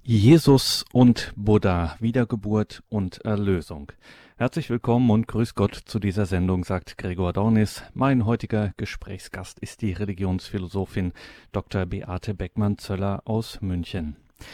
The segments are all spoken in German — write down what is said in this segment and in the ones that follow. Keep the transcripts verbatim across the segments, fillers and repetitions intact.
Jesus und Buddha, Wiedergeburt und Erlösung. Herzlich willkommen und grüß Gott zu dieser Sendung, sagt Gregor Dornis. Mein heutiger Gesprächsgast ist die Religionsphilosophin Doktor Beate Beckmann-Zöller aus München.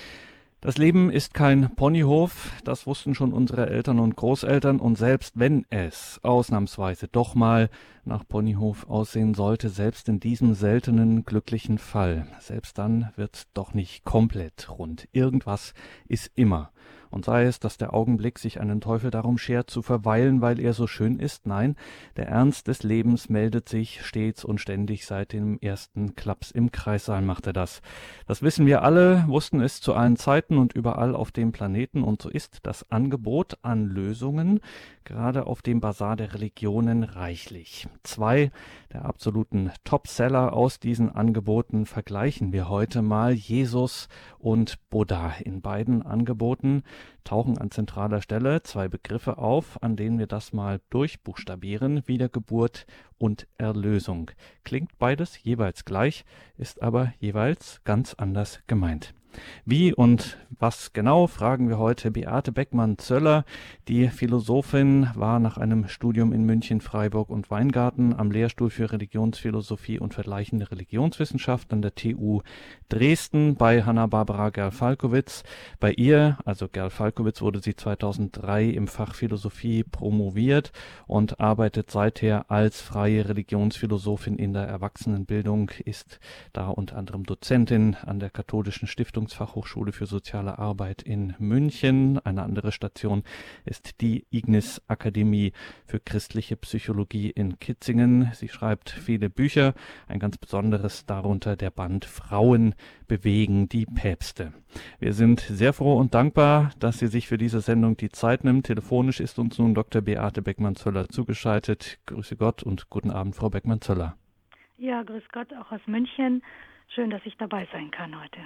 Das Leben ist kein Ponyhof, das wussten schon unsere Eltern und Großeltern, und selbst wenn es ausnahmsweise doch mal nach Ponyhof aussehen sollte, selbst in diesem seltenen glücklichen Fall, selbst dann wird's doch nicht komplett rund. Irgendwas ist immer. Und sei es, dass der Augenblick sich einen Teufel darum schert, zu verweilen, weil er so schön ist. Nein, der Ernst des Lebens meldet sich stets und ständig. Seit dem ersten Klaps im Kreissaal macht er das. Das wissen wir alle, wussten es zu allen Zeiten und überall auf dem Planeten. Und so ist das Angebot an Lösungen gerade auf dem Basar der Religionen reichlich. Zwei der absoluten Topseller aus diesen Angeboten vergleichen wir heute mal: Jesus und Buddha. In beiden Angeboten tauchen an zentraler Stelle zwei Begriffe auf, an denen wir das mal durchbuchstabieren: Wiedergeburt und Erlösung. Klingt beides jeweils gleich, ist aber jeweils ganz anders gemeint. Wie und was genau, fragen wir heute Beate Beckmann-Zöller. Die Philosophin war nach einem Studium in München, Freiburg und Weingarten am Lehrstuhl für Religionsphilosophie und vergleichende Religionswissenschaft an der T U Dresden bei Hanna-Barbera Gerl-Falkowitz. Bei ihr, also Gerl-Falkowitz, wurde sie zweitausenddrei im Fach Philosophie promoviert und arbeitet seither als freie Religionsphilosophin in der Erwachsenenbildung, ist da unter anderem Dozentin an der Katholischen Stiftungsfachhochschule für soziale Arbeit in München. Eine andere Station ist die Ignis Akademie für christliche Psychologie in Kitzingen. Sie schreibt viele Bücher, ein ganz besonderes darunter der Band Frauen bewegen die Päpste. Wir sind sehr froh und dankbar, dass sie sich für diese Sendung die Zeit nimmt. Telefonisch ist uns nun Doktor Beate Beckmann-Zöller zugeschaltet. Grüße Gott und guten Abend, Frau Beckmann-Zöller. Ja, grüß Gott, auch aus München. Schön, dass ich dabei sein kann heute.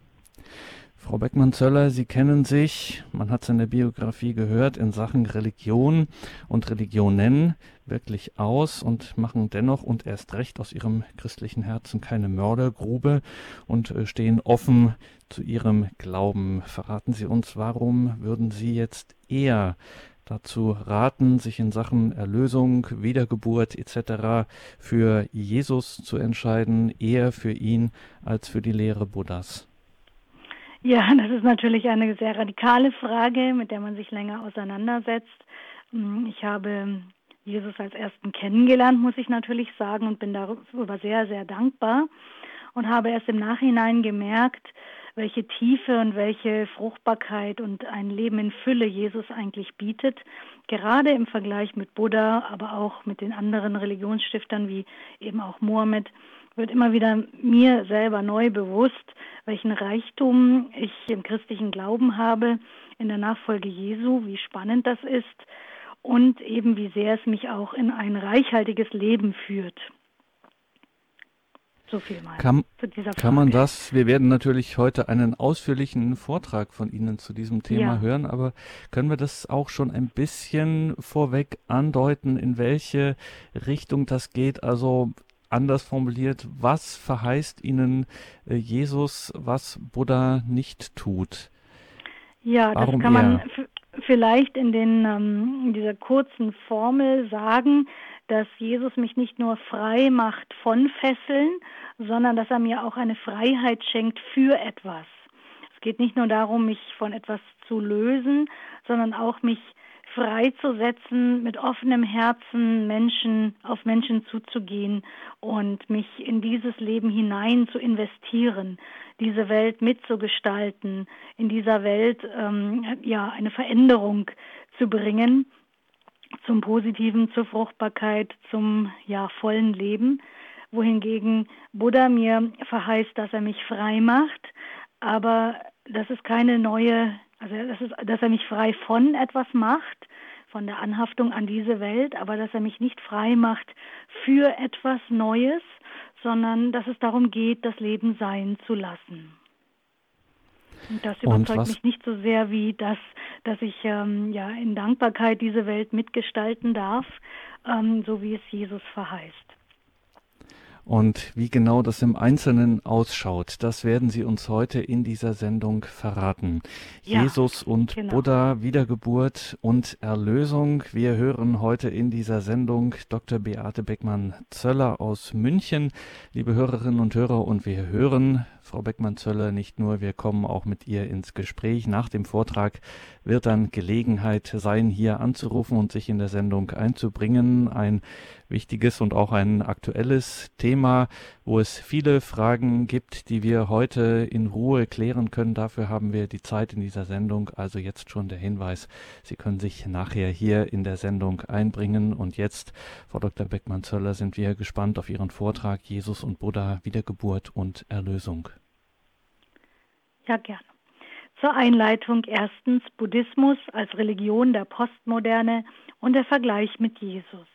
Frau Beckmann-Zöller, Sie kennen sich, man hat es in der Biografie gehört, in Sachen Religion und Religionen wirklich aus und machen dennoch und erst recht aus Ihrem christlichen Herzen keine Mördergrube und äh, stehen offen zu Ihrem Glauben. Verraten Sie uns, warum würden Sie jetzt eher dazu raten, sich in Sachen Erlösung, Wiedergeburt et cetera für Jesus zu entscheiden, eher für ihn als für die Lehre Buddhas? Ja, das ist natürlich eine sehr radikale Frage, mit der man sich länger auseinandersetzt. Ich habe Jesus als Ersten kennengelernt, muss ich natürlich sagen, und bin darüber sehr, sehr dankbar und habe erst im Nachhinein gemerkt, welche Tiefe und welche Fruchtbarkeit und ein Leben in Fülle Jesus eigentlich bietet, gerade im Vergleich mit Buddha, aber auch mit den anderen Religionsstiftern wie eben auch Mohammed, wird immer wieder mir selber neu bewusst, welchen Reichtum ich im christlichen Glauben habe, in der Nachfolge Jesu, wie spannend das ist und eben wie sehr es mich auch in ein reichhaltiges Leben führt. So viel mal kann, zu dieser Frage. Kann man das, wir werden natürlich heute einen ausführlichen Vortrag von Ihnen zu diesem Thema Ja. hören, aber können wir das auch schon ein bisschen vorweg andeuten, in welche Richtung das geht? Also anders formuliert, was verheißt Ihnen äh, Jesus, was Buddha nicht tut? Ja, Warum das kann man er? f- vielleicht in, den, ähm, in dieser kurzen Formel sagen, dass Jesus mich nicht nur frei macht von Fesseln, sondern dass er mir auch eine Freiheit schenkt für etwas. Es geht nicht nur darum, mich von etwas zu lösen, sondern auch mich freizusetzen, mit offenem Herzen Menschen auf Menschen zuzugehen und mich in dieses Leben hinein zu investieren, diese Welt mitzugestalten, in dieser Welt ähm, ja eine Veränderung zu bringen, zum Positiven, zur Fruchtbarkeit, zum ja vollen Leben, wohingegen Buddha mir verheißt, dass er mich frei macht, aber das ist keine neue, also das ist, dass er mich frei von etwas macht, von der Anhaftung an diese Welt, aber dass er mich nicht frei macht für etwas Neues, sondern dass es darum geht, das Leben sein zu lassen. Und das Und überzeugt was mich nicht so sehr wie das, dass ich ähm, ja in Dankbarkeit diese Welt mitgestalten darf, ähm, so wie es Jesus verheißt. Und wie genau das im Einzelnen ausschaut, das werden Sie uns heute in dieser Sendung verraten. Ja, Jesus und genau. Buddha, Wiedergeburt und Erlösung. Wir hören heute in dieser Sendung Doktor Beate Beckmann-Zöller aus München. Liebe Hörerinnen und Hörer, und wir hören Frau Beckmann-Zöller nicht nur, wir kommen auch mit ihr ins Gespräch. Nach dem Vortrag wird dann Gelegenheit sein, hier anzurufen und sich in der Sendung einzubringen. Ein wichtiges und auch ein aktuelles Thema, wo es viele Fragen gibt, die wir heute in Ruhe klären können. Dafür haben wir die Zeit in dieser Sendung. Also jetzt schon der Hinweis, Sie können sich nachher hier in der Sendung einbringen. Und jetzt, Frau Doktor Beckmann-Zöller, sind wir gespannt auf Ihren Vortrag Jesus und Buddha, Wiedergeburt und Erlösung. Ja, gerne. Zur Einleitung erstens Buddhismus als Religion der Postmoderne und der Vergleich mit Jesus.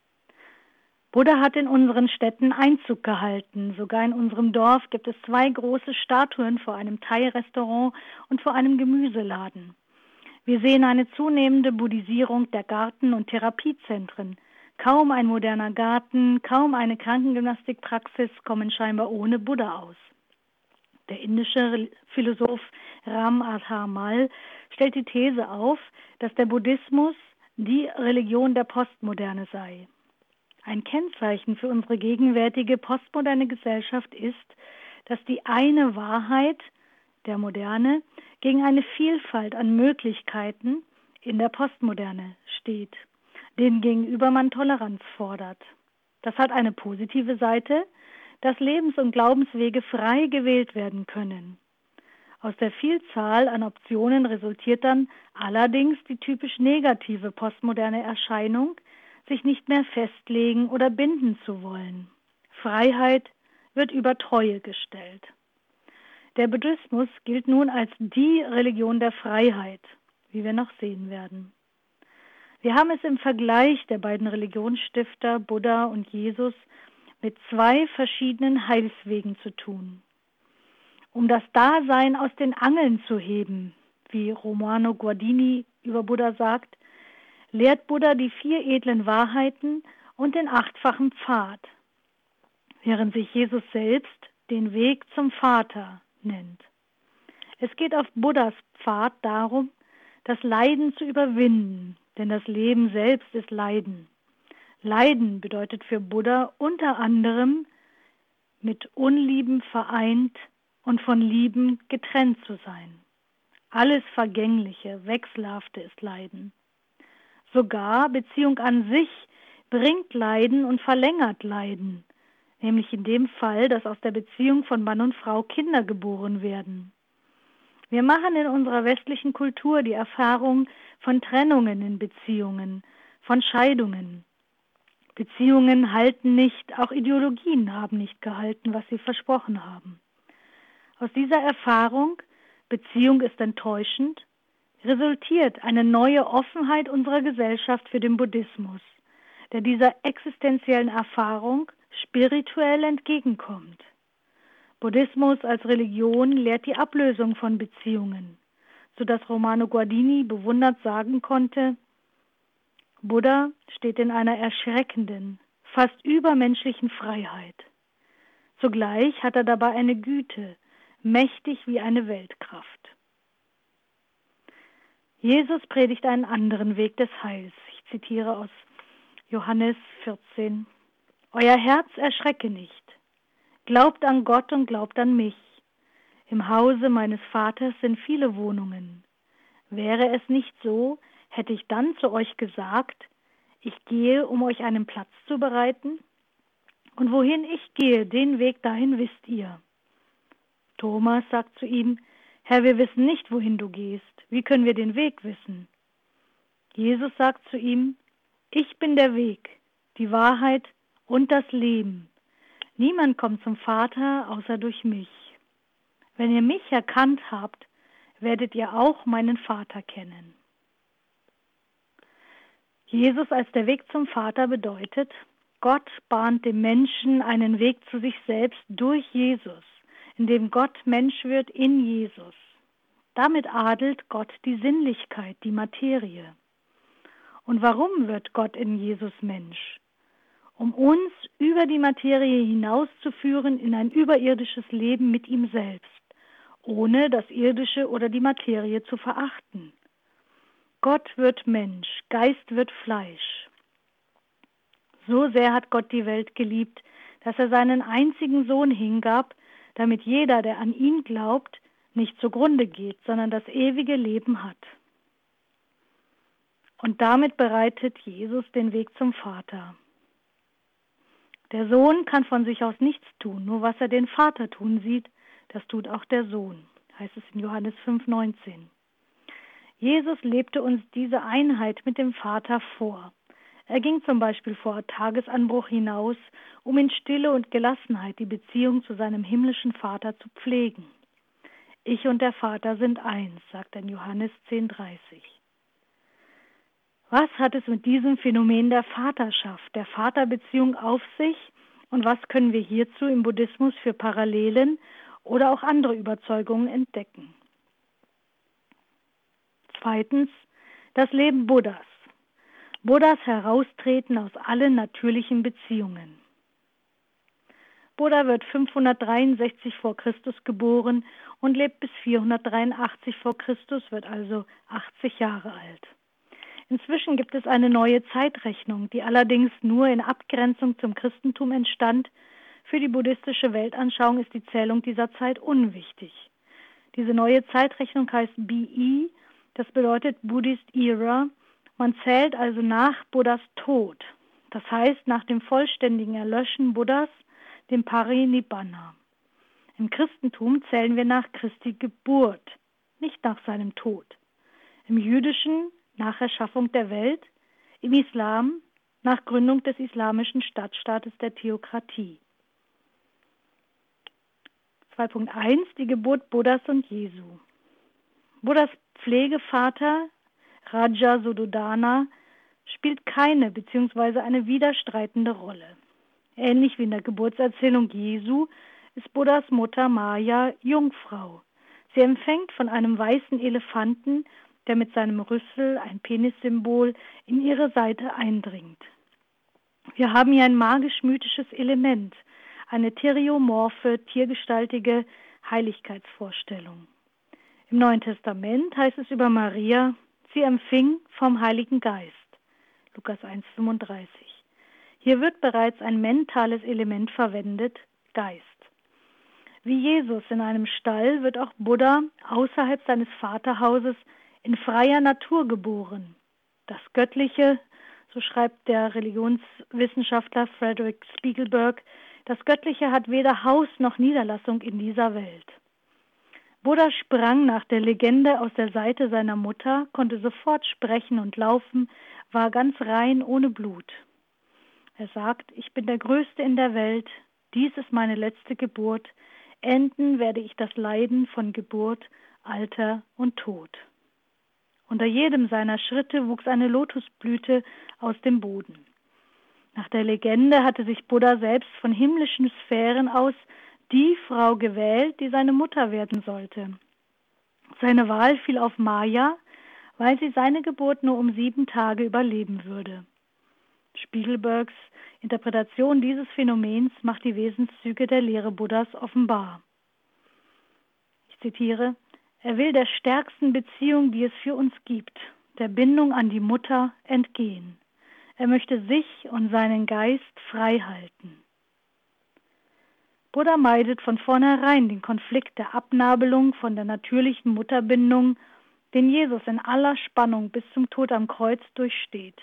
Buddha hat in unseren Städten Einzug gehalten. Sogar in unserem Dorf gibt es zwei große Statuen vor einem Thai-Restaurant und vor einem Gemüseladen. Wir sehen eine zunehmende Buddhisierung der Garten- und Therapiezentren. Kaum ein moderner Garten, kaum eine Krankengymnastikpraxis kommen scheinbar ohne Buddha aus. Der indische Philosoph Ram Athar Mal stellt die These auf, dass der Buddhismus die Religion der Postmoderne sei. Ein Kennzeichen für unsere gegenwärtige postmoderne Gesellschaft ist, dass die eine Wahrheit der Moderne gegen eine Vielfalt an Möglichkeiten in der Postmoderne steht, denen gegenüber man Toleranz fordert. Das hat eine positive Seite, dass Lebens- und Glaubenswege frei gewählt werden können. Aus der Vielzahl an Optionen resultiert dann allerdings die typisch negative postmoderne Erscheinung, sich nicht mehr festlegen oder binden zu wollen. Freiheit wird über Treue gestellt. Der Buddhismus gilt nun als die Religion der Freiheit, wie wir noch sehen werden. Wir haben es im Vergleich der beiden Religionsstifter Buddha und Jesus mit zwei verschiedenen Heilswegen zu tun. Um das Dasein aus den Angeln zu heben, wie Romano Guardini über Buddha sagt, lehrt Buddha die vier edlen Wahrheiten und den achtfachen Pfad, während sich Jesus selbst den Weg zum Vater nennt. Es geht auf Buddhas Pfad darum, das Leiden zu überwinden, denn das Leben selbst ist Leiden. Leiden bedeutet für Buddha unter anderem, mit Unlieben vereint und von Lieben getrennt zu sein. Alles Vergängliche, Wechselhafte ist Leiden. Sogar Beziehung an sich bringt Leiden und verlängert Leiden, nämlich in dem Fall, dass aus der Beziehung von Mann und Frau Kinder geboren werden. Wir machen in unserer westlichen Kultur die Erfahrung von Trennungen in Beziehungen, von Scheidungen. Beziehungen halten nicht, auch Ideologien haben nicht gehalten, was sie versprochen haben. Aus dieser Erfahrung, Beziehung ist enttäuschend, resultiert eine neue Offenheit unserer Gesellschaft für den Buddhismus, der dieser existenziellen Erfahrung spirituell entgegenkommt. Buddhismus als Religion lehrt die Ablösung von Beziehungen, sodass Romano Guardini bewundert sagen konnte, Buddha steht in einer erschreckenden, fast übermenschlichen Freiheit. Zugleich hat er dabei eine Güte, mächtig wie eine Weltkraft. Jesus predigt einen anderen Weg des Heils. Ich zitiere aus Johannes vierzehn. Euer Herz erschrecke nicht. Glaubt an Gott und glaubt an mich. Im Hause meines Vaters sind viele Wohnungen. Wäre es nicht so, hätte ich dann zu euch gesagt, ich gehe, um euch einen Platz zu bereiten? Und wohin ich gehe, den Weg dahin wisst ihr. Thomas sagt zu ihm, Herr, wir wissen nicht, wohin du gehst. Wie können wir den Weg wissen? Jesus sagt zu ihm, ich bin der Weg, die Wahrheit und das Leben. Niemand kommt zum Vater außer durch mich. Wenn ihr mich erkannt habt, werdet ihr auch meinen Vater kennen. Jesus als der Weg zum Vater bedeutet, Gott bahnt dem Menschen einen Weg zu sich selbst durch Jesus, indem Gott Mensch wird in Jesus. Damit adelt Gott die Sinnlichkeit, die Materie. Und warum wird Gott in Jesus Mensch? um uns über die Materie hinauszuführen in ein überirdisches Leben mit ihm selbst, ohne das Irdische oder die Materie zu verachten. Gott wird Mensch, Geist wird Fleisch. So sehr hat Gott die Welt geliebt, dass er seinen einzigen Sohn hingab, damit jeder, der an ihn glaubt, nicht zugrunde geht, sondern das ewige Leben hat. Und damit bereitet Jesus den Weg zum Vater. Der Sohn kann von sich aus nichts tun, nur was er den Vater tun sieht, das tut auch der Sohn, heißt es in Johannes fünf neunzehn. Jesus lebte uns diese Einheit mit dem Vater vor. Er ging zum Beispiel vor Tagesanbruch hinaus, um in Stille und Gelassenheit die Beziehung zu seinem himmlischen Vater zu pflegen. Ich und der Vater sind eins, sagt er in Johannes zehn dreißig. Was hat es mit diesem Phänomen der Vaterschaft, der Vaterbeziehung auf sich und was können wir hierzu im Buddhismus für Parallelen oder auch andere Überzeugungen entdecken? Zweitens, das Leben Buddhas. Buddhas Heraustreten aus allen natürlichen Beziehungen. Buddha wird fünfhundertdreiundsechzig vor Christus geboren und lebt bis vierhundertdreiundachtzig vor Christus, wird also achtzig Jahre alt. Inzwischen gibt es eine neue Zeitrechnung, die allerdings nur in Abgrenzung zum Christentum entstand. Für die buddhistische Weltanschauung ist die Zählung dieser Zeit unwichtig. Diese neue Zeitrechnung heißt B E, das bedeutet Buddhist Era. Man zählt also nach Buddhas Tod, das heißt nach dem vollständigen Erlöschen Buddhas, dem Parinibbana. Im Christentum zählen wir nach Christi Geburt, nicht nach seinem Tod. Im Jüdischen nach Erschaffung der Welt, im Islam nach Gründung des islamischen Stadtstaates der Theokratie. zwei Punkt eins Die Geburt Buddhas und Jesu. Buddhas Pflegevater Raja Suddhodana spielt keine bzw. eine widerstreitende Rolle. Ähnlich wie in der Geburtserzählung Jesu ist Buddhas Mutter Maya Jungfrau. Sie empfängt von einem weißen Elefanten, der mit seinem Rüssel, ein Penissymbol, in ihre Seite eindringt. Wir haben hier ein magisch-mythisches Element, eine theriomorphe, tiergestaltige Heiligkeitsvorstellung. Im Neuen Testament heißt es über Maria, sie empfing vom Heiligen Geist. Lukas eins fünfunddreißig. Hier wird bereits ein mentales Element verwendet, Geist. Wie Jesus in einem Stall wird auch Buddha außerhalb seines Vaterhauses in freier Natur geboren. Das Göttliche, so schreibt der Religionswissenschaftler Frederick Spiegelberg, das Göttliche hat weder Haus noch Niederlassung in dieser Welt. Buddha sprang nach der Legende aus der Seite seiner Mutter, konnte sofort sprechen und laufen, war ganz rein ohne Blut. Er sagt, ich bin der Größte in der Welt, dies ist meine letzte Geburt, enden werde ich das Leiden von Geburt, Alter und Tod. Unter jedem seiner Schritte wuchs eine Lotusblüte aus dem Boden. Nach der Legende hatte sich Buddha selbst von himmlischen Sphären aus die Frau gewählt, die seine Mutter werden sollte. Seine Wahl fiel auf Maya, weil sie seine Geburt nur um sieben Tage überleben würde. Spiegelbergs Interpretation dieses Phänomens macht die Wesenszüge der Lehre Buddhas offenbar. Ich zitiere, er will der stärksten Beziehung, die es für uns gibt, der Bindung an die Mutter, entgehen. Er möchte sich und seinen Geist frei halten. Buddha meidet von vornherein den Konflikt der Abnabelung von der natürlichen Mutterbindung, den Jesus in aller Spannung bis zum Tod am Kreuz durchsteht.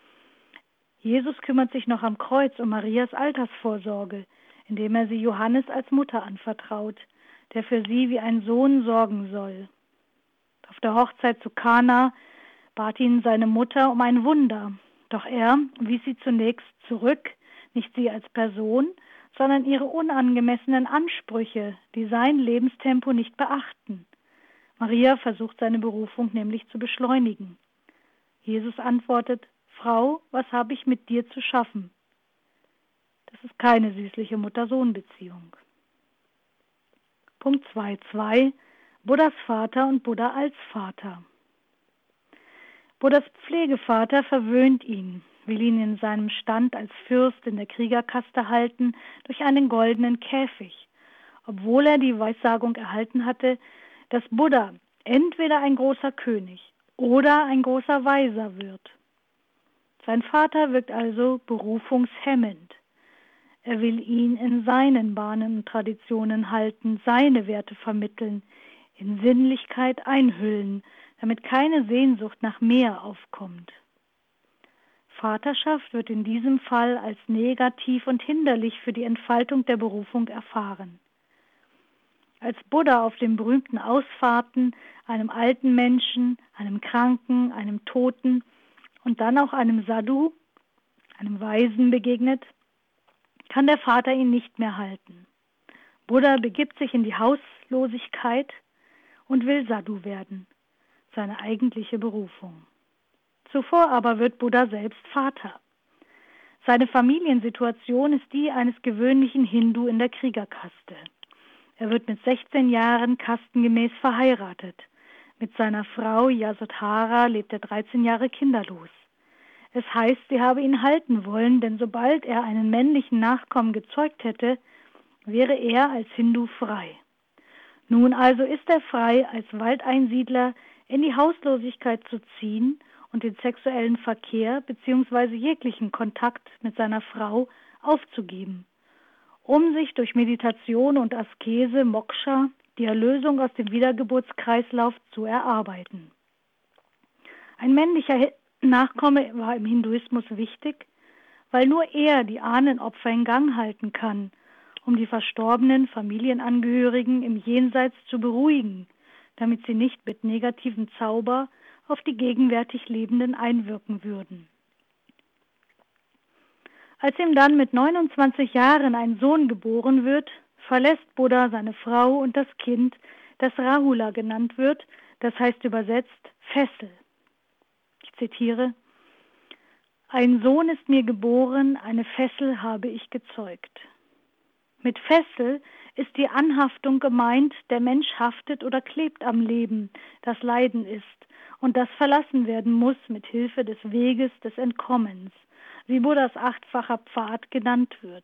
Jesus kümmert sich noch am Kreuz um Marias Altersvorsorge, indem er sie Johannes als Mutter anvertraut, der für sie wie ein Sohn sorgen soll. Auf der Hochzeit zu Kana bat ihn seine Mutter um ein Wunder, doch er wies sie zunächst zurück, nicht sie als Person, sondern ihre unangemessenen Ansprüche, die sein Lebenstempo nicht beachten. Maria versucht seine Berufung nämlich zu beschleunigen. Jesus antwortet, Frau, was habe ich mit dir zu schaffen? Das ist keine süßliche Mutter-Sohn-Beziehung. Punkt zwei Punkt zwei Buddhas Vater und Buddha als Vater. Buddhas Pflegevater verwöhnt ihn. will ihn in seinem Stand als Fürst in der Kriegerkaste halten durch einen goldenen Käfig, obwohl er die Weissagung erhalten hatte, dass Buddha entweder ein großer König oder ein großer Weiser wird. Sein Vater wirkt also berufungshemmend. Er will ihn in seinen Bahnen und Traditionen halten, seine Werte vermitteln, in Sinnlichkeit einhüllen, damit keine Sehnsucht nach mehr aufkommt. Vaterschaft wird in diesem Fall als negativ und hinderlich für die Entfaltung der Berufung erfahren. Als Buddha auf den berühmten Ausfahrten einem alten Menschen, einem Kranken, einem Toten und dann auch einem Sadhu, einem Weisen begegnet, kann der Vater ihn nicht mehr halten. Buddha begibt sich in die Hauslosigkeit und will Sadhu werden, seine eigentliche Berufung. Zuvor aber wird Buddha selbst Vater. Seine Familiensituation ist die eines gewöhnlichen Hindu in der Kriegerkaste. Er wird mit sechzehn Jahren kastengemäß verheiratet. Mit seiner Frau Yasodhara lebt er dreizehn Jahre kinderlos. Es heißt, sie habe ihn halten wollen, denn sobald er einen männlichen Nachkommen gezeugt hätte, wäre er als Hindu frei. Nun also ist er frei, als Waldeinsiedler in die Hauslosigkeit zu ziehen und den sexuellen Verkehr bzw. jeglichen Kontakt mit seiner Frau aufzugeben, um sich durch Meditation und Askese Moksha die Erlösung aus dem Wiedergeburtskreislauf zu erarbeiten. Ein männlicher Nachkomme war im Hinduismus wichtig, weil nur er die Ahnenopfer in Gang halten kann, um die verstorbenen Familienangehörigen im Jenseits zu beruhigen, damit sie nicht mit negativen Zauber auf die gegenwärtig Lebenden einwirken würden. Als ihm dann mit neunundzwanzig Jahren ein Sohn geboren wird, verlässt Buddha seine Frau und das Kind, das Rahula genannt wird, das heißt übersetzt Fessel. Ich zitiere: Ein Sohn ist mir geboren, eine Fessel habe ich gezeugt. Mit Fessel ist die Anhaftung gemeint, der Mensch haftet oder klebt am Leben, das Leiden ist und das verlassen werden muss mit Hilfe des Weges des Entkommens, wie Buddhas achtfacher Pfad genannt wird.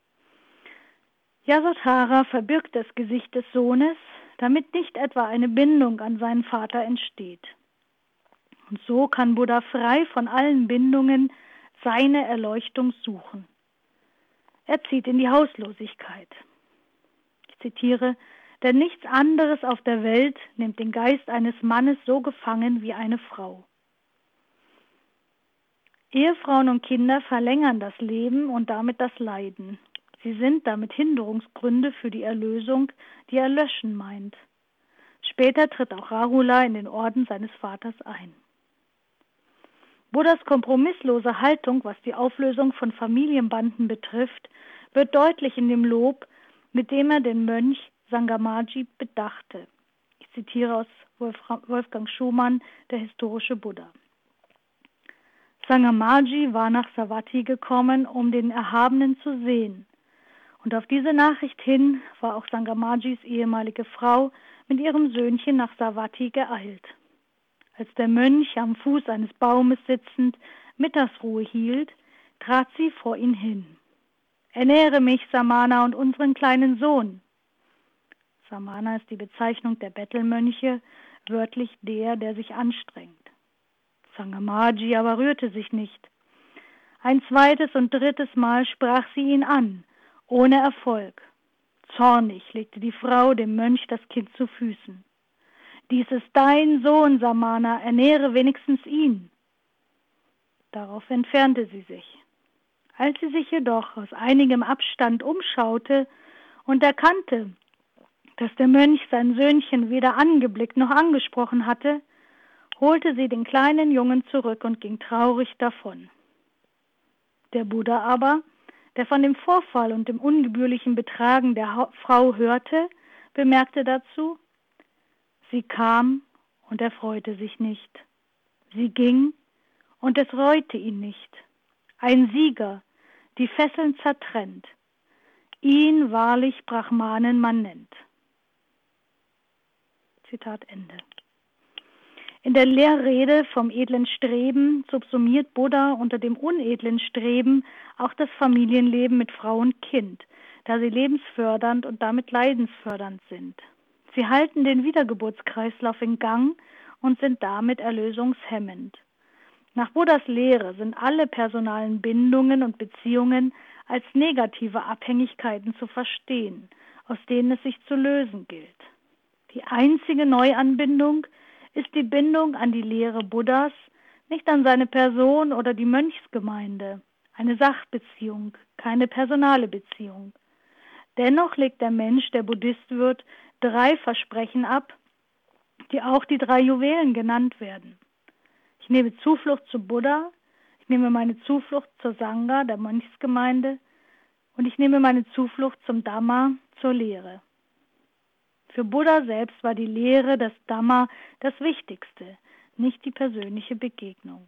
Yasodhara verbirgt das Gesicht des Sohnes, damit nicht etwa eine Bindung an seinen Vater entsteht. Und so kann Buddha frei von allen Bindungen seine Erleuchtung suchen. Er zieht in die Hauslosigkeit. Ich zitiere: Denn nichts anderes auf der Welt nimmt den Geist eines Mannes so gefangen wie eine Frau. Ehefrauen und Kinder verlängern das Leben und damit das Leiden. Sie sind damit Hinderungsgründe für die Erlösung, die Erlöschen meint. Später tritt auch Rahula in den Orden seines Vaters ein. Buddhas kompromisslose Haltung, was die Auflösung von Familienbanden betrifft, wird deutlich in dem Lob, mit dem er den Mönch Sangamaji bedachte. Ich zitiere aus Wolfgang Schumann, Der historische Buddha. Sangamaji war nach Savatthi gekommen, um den Erhabenen zu sehen. Und auf diese Nachricht hin war auch Sangamajis ehemalige Frau mit ihrem Söhnchen nach Savatthi geeilt. Als der Mönch am Fuß eines Baumes sitzend Mittagsruhe hielt, trat sie vor ihn hin. Ernähre mich, Samana, und unseren kleinen Sohn. Samana ist die Bezeichnung der Bettelmönche, wörtlich der, der sich anstrengt. Sangamaji aber rührte sich nicht. Ein zweites und drittes Mal sprach sie ihn an, ohne Erfolg. Zornig legte die Frau dem Mönch das Kind zu Füßen. Dies ist dein Sohn, Samana, ernähre wenigstens ihn. Darauf entfernte sie sich. Als sie sich jedoch aus einigem Abstand umschaute und erkannte, dass der Mönch sein Söhnchen weder angeblickt noch angesprochen hatte, holte sie den kleinen Jungen zurück und ging traurig davon. Der Buddha aber, der von dem Vorfall und dem ungebührlichen Betragen der ha- Frau hörte, bemerkte dazu: Sie kam und er freute sich nicht. Sie ging und es reute ihn nicht. Ein Sieger, die Fesseln zertrennt. Ihn wahrlich Brahmanen man nennt. Zitat Ende. In der Lehrrede vom edlen Streben subsumiert Buddha unter dem unedlen Streben auch das Familienleben mit Frau und Kind, da sie lebensfördernd und damit leidensfördernd sind. Sie halten den Wiedergeburtskreislauf in Gang und sind damit erlösungshemmend. Nach Buddhas Lehre sind alle personalen Bindungen und Beziehungen als negative Abhängigkeiten zu verstehen, aus denen es sich zu lösen gilt. Die einzige Neuanbindung ist die Bindung an die Lehre Buddhas, nicht an seine Person oder die Mönchsgemeinde, eine Sachbeziehung, keine personale Beziehung. Dennoch legt der Mensch, der Buddhist wird, drei Versprechen ab, die auch die drei Juwelen genannt werden. Ich nehme Zuflucht zu Buddha, ich nehme meine Zuflucht zur Sangha, der Mönchsgemeinde, und ich nehme meine Zuflucht zum Dhamma, zur Lehre. Für Buddha selbst war die Lehre, das Dhamma, das Wichtigste, nicht die persönliche Begegnung.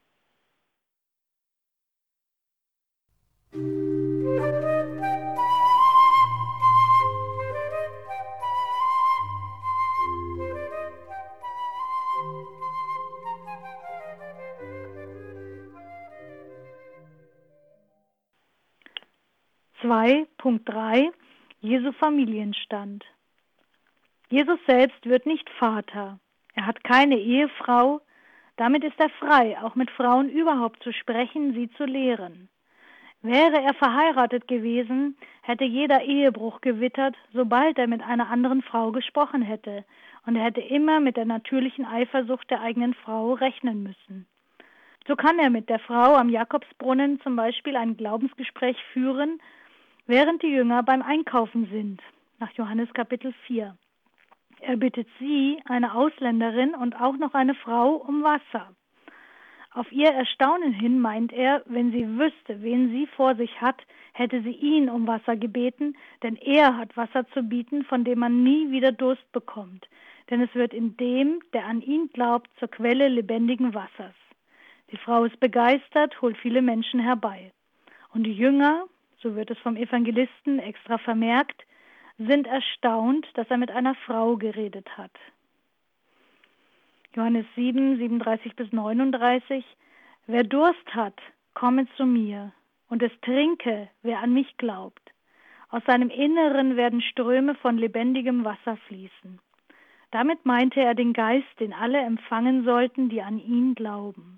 zwei Punkt drei Jesu Familienstand. Jesus selbst wird nicht Vater. Er hat keine Ehefrau. Damit ist er frei, auch mit Frauen überhaupt zu sprechen, sie zu lehren. Wäre er verheiratet gewesen, hätte jeder Ehebruch gewittert, sobald er mit einer anderen Frau gesprochen hätte, und er hätte immer mit der natürlichen Eifersucht der eigenen Frau rechnen müssen. So kann er mit der Frau am Jakobsbrunnen zum Beispiel ein Glaubensgespräch führen, während die Jünger beim Einkaufen sind, nach Johannes Kapitel vier. Er bittet sie, eine Ausländerin und auch noch eine Frau, um Wasser. Auf ihr Erstaunen hin meint er, wenn sie wüsste, wen sie vor sich hat, hätte sie ihn um Wasser gebeten, denn er hat Wasser zu bieten, von dem man nie wieder Durst bekommt. Denn es wird in dem, der an ihn glaubt, zur Quelle lebendigen Wassers. Die Frau ist begeistert, holt viele Menschen herbei. Und die Jünger, so wird es vom Evangelisten extra vermerkt, sind erstaunt, dass er mit einer Frau geredet hat. Johannes sieben, siebenunddreißig bis neununddreißig. Wer Durst hat, komme zu mir, und es trinke, wer an mich glaubt. Aus seinem Inneren werden Ströme von lebendigem Wasser fließen. Damit meinte er den Geist, den alle empfangen sollten, die an ihn glauben.